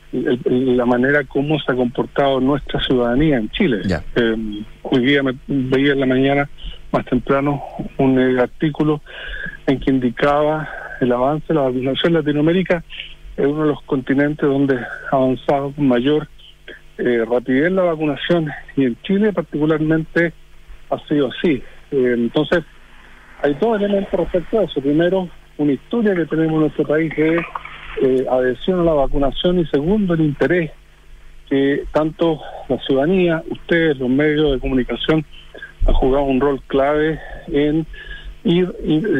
manera como se ha comportado nuestra ciudadanía en Chile. Hoy día me veía en la mañana, más temprano, un artículo en que indicaba el avance de la vacunación en Latinoamérica. Es uno de los continentes donde ha avanzado con mayor rapidez la vacunación, y en Chile particularmente ha sido así. Entonces, hay dos elementos respecto a eso. Primero, una historia que tenemos en nuestro país de adhesión a la vacunación, y segundo, el interés que tanto la ciudadanía, ustedes, los medios de comunicación, han jugado un rol clave en ir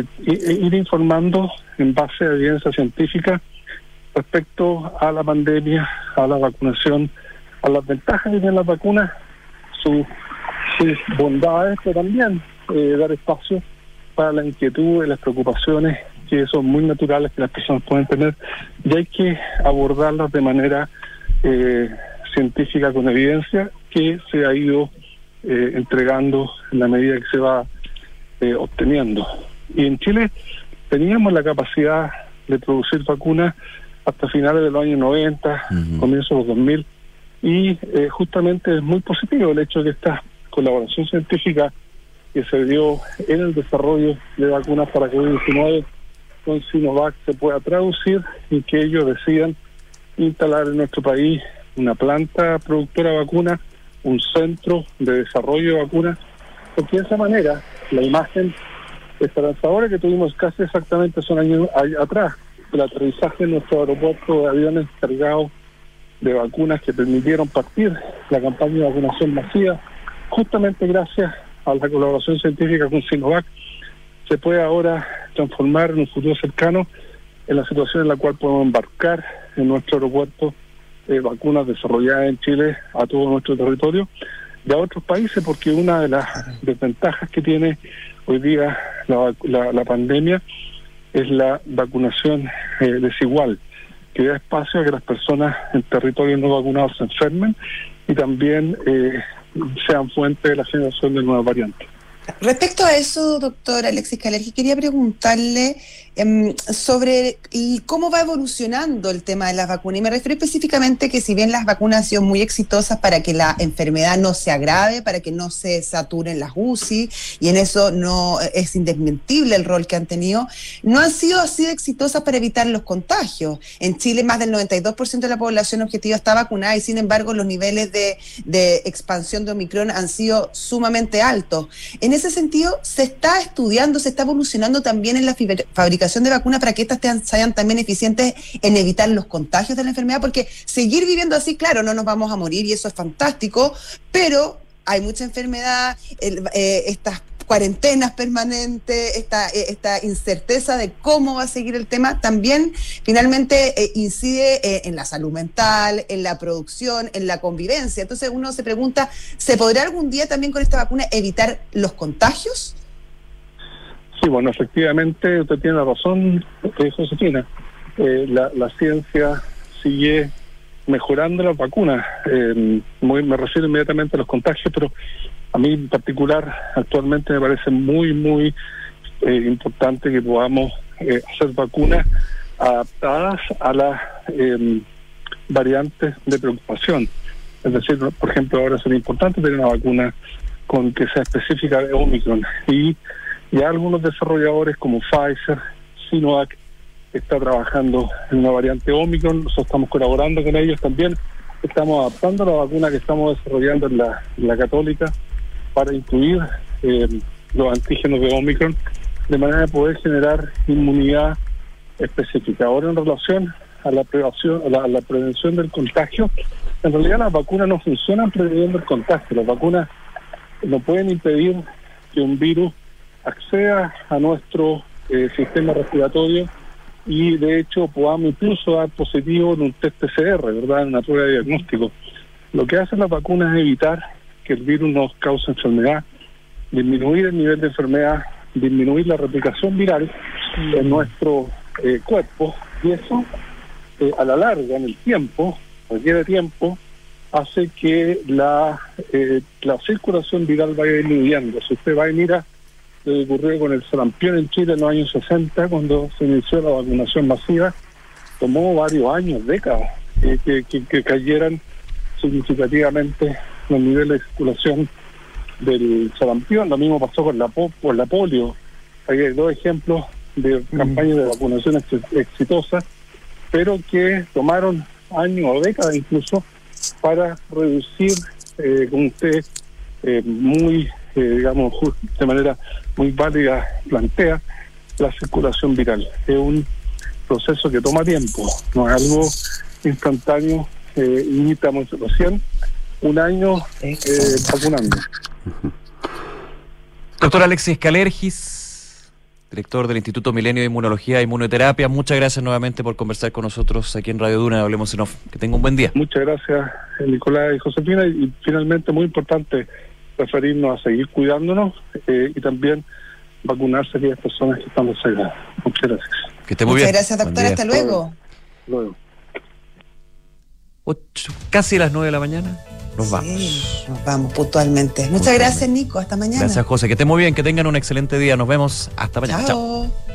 informando en base a evidencia científica respecto a la pandemia, a la vacunación, a las ventajas que tienen las vacunas, sus bondades, pero también dar espacio para la inquietud y las preocupaciones que son muy naturales que las personas pueden tener, y hay que abordarlas de manera científica, con evidencia que se ha ido entregando en la medida que se va obteniendo. Y en Chile teníamos la capacidad de producir vacunas hasta finales de los años 90, comienzos de los 2000, y justamente es muy positivo el hecho de que esta colaboración científica que se dio en el desarrollo de vacunas para COVID-19 con Sinovac se pueda traducir y que ellos decidan instalar en nuestro país una planta productora de vacunas, un centro de desarrollo de vacunas, porque de esa manera la imagen esperanzadora que tuvimos casi exactamente hace un año atrás, el aterrizaje en nuestro aeropuerto de aviones cargados de vacunas que permitieron partir la campaña de vacunación masiva, justamente gracias a la colaboración científica con Sinovac, se puede ahora transformar en un futuro cercano en la situación en la cual podemos embarcar en nuestro aeropuerto vacunas desarrolladas en Chile a todo nuestro territorio y a otros países, porque una de las desventajas que tiene hoy día la pandemia es la vacunación desigual, que da espacio a que las personas en territorios no vacunados se enfermen y también sean fuente de la generación de nuevas variantes. Respecto a eso, doctor Alexis Kalergi, quería preguntarle sobre y cómo va evolucionando el tema de las vacunas. Y me refiero específicamente que si bien las vacunas han sido muy exitosas para que la enfermedad no se agrave, para que no se saturen las UCI, y en eso no es indesmentible el rol que han tenido, no han sido así de exitosas para evitar los contagios. En Chile más del 92% de la población objetiva está vacunada y sin embargo los niveles de expansión de Omicron han sido sumamente altos. En ese sentido, se está estudiando, se está evolucionando también en la fabricación de vacunas para que estas sean también eficientes en evitar los contagios de la enfermedad, porque seguir viviendo así, claro, no nos vamos a morir y eso es fantástico, pero hay mucha enfermedad, estas cuarentenas permanentes, esta incerteza de cómo va a seguir el tema, también finalmente incide en la salud mental, en la producción, en la convivencia. Entonces uno se pregunta, ¿se podrá algún día también con esta vacuna evitar los contagios? Sí, bueno, efectivamente usted tiene la razón, Josefina. La ciencia sigue mejorando las vacunas. Me refiero inmediatamente a los contagios, pero a mí en particular actualmente me parece muy, muy importante que podamos hacer vacunas adaptadas a las variantes de preocupación. Es decir, por ejemplo, ahora sería importante tener una vacuna con que sea específica de Omicron. Y ya algunos desarrolladores como Pfizer, Sinovac, está trabajando en una variante Omicron. Nosotros estamos colaborando con ellos también. Estamos adaptando la vacuna que estamos desarrollando en la Católica para incluir los antígenos de Omicron, de manera de poder generar inmunidad específica. Ahora, en relación a la prevención del contagio, en realidad las vacunas no funcionan preveniendo el contagio. Las vacunas no pueden impedir que un virus acceda a nuestro sistema respiratorio y de hecho podamos incluso dar positivo en un test PCR, ¿verdad?, en una prueba de diagnóstico. Lo que hacen las vacunas es evitar que el virus nos cause enfermedad, disminuir el nivel de enfermedad, disminuir la replicación viral en nuestro cuerpo, y eso a la larga, en el tiempo, requiere tiempo, hace que la circulación viral vaya disminuyendo. Si usted va y mira lo que ocurrió con el sarampión en Chile en los años 60, cuando se inició la vacunación masiva, tomó varios años, décadas, que cayeran significativamente los niveles de circulación del sarampión. Lo mismo pasó con la polio. Ahí hay 2 ejemplos de campañas de vacunación exitosas, pero que tomaron años o décadas incluso para reducir, como usted muy, digamos, de manera muy válida plantea, la circulación viral. Es un proceso que toma tiempo, no es algo instantáneo, y estamos recién un año vacunando. Doctor Alexis Kalergis, director del Instituto Milenio de Inmunología e Inmunoterapia, muchas gracias nuevamente por conversar con nosotros aquí en Radio Duna, Hablemos en Off. Que tenga un buen día. Muchas gracias, Nicolás y Josefina, y finalmente muy importante referirnos a seguir cuidándonos y también vacunarse a aquellas personas que están reservadas. Muchas gracias. Que esté muy bien. Muchas gracias, doctor. Hasta luego. Luego. 8, casi las 9 de la mañana. Nos vamos puntualmente. Muchas gracias, Nico. Hasta mañana. Gracias, José. Que esté muy bien, que tengan un excelente día. Nos vemos. Hasta mañana. Chao. Chao.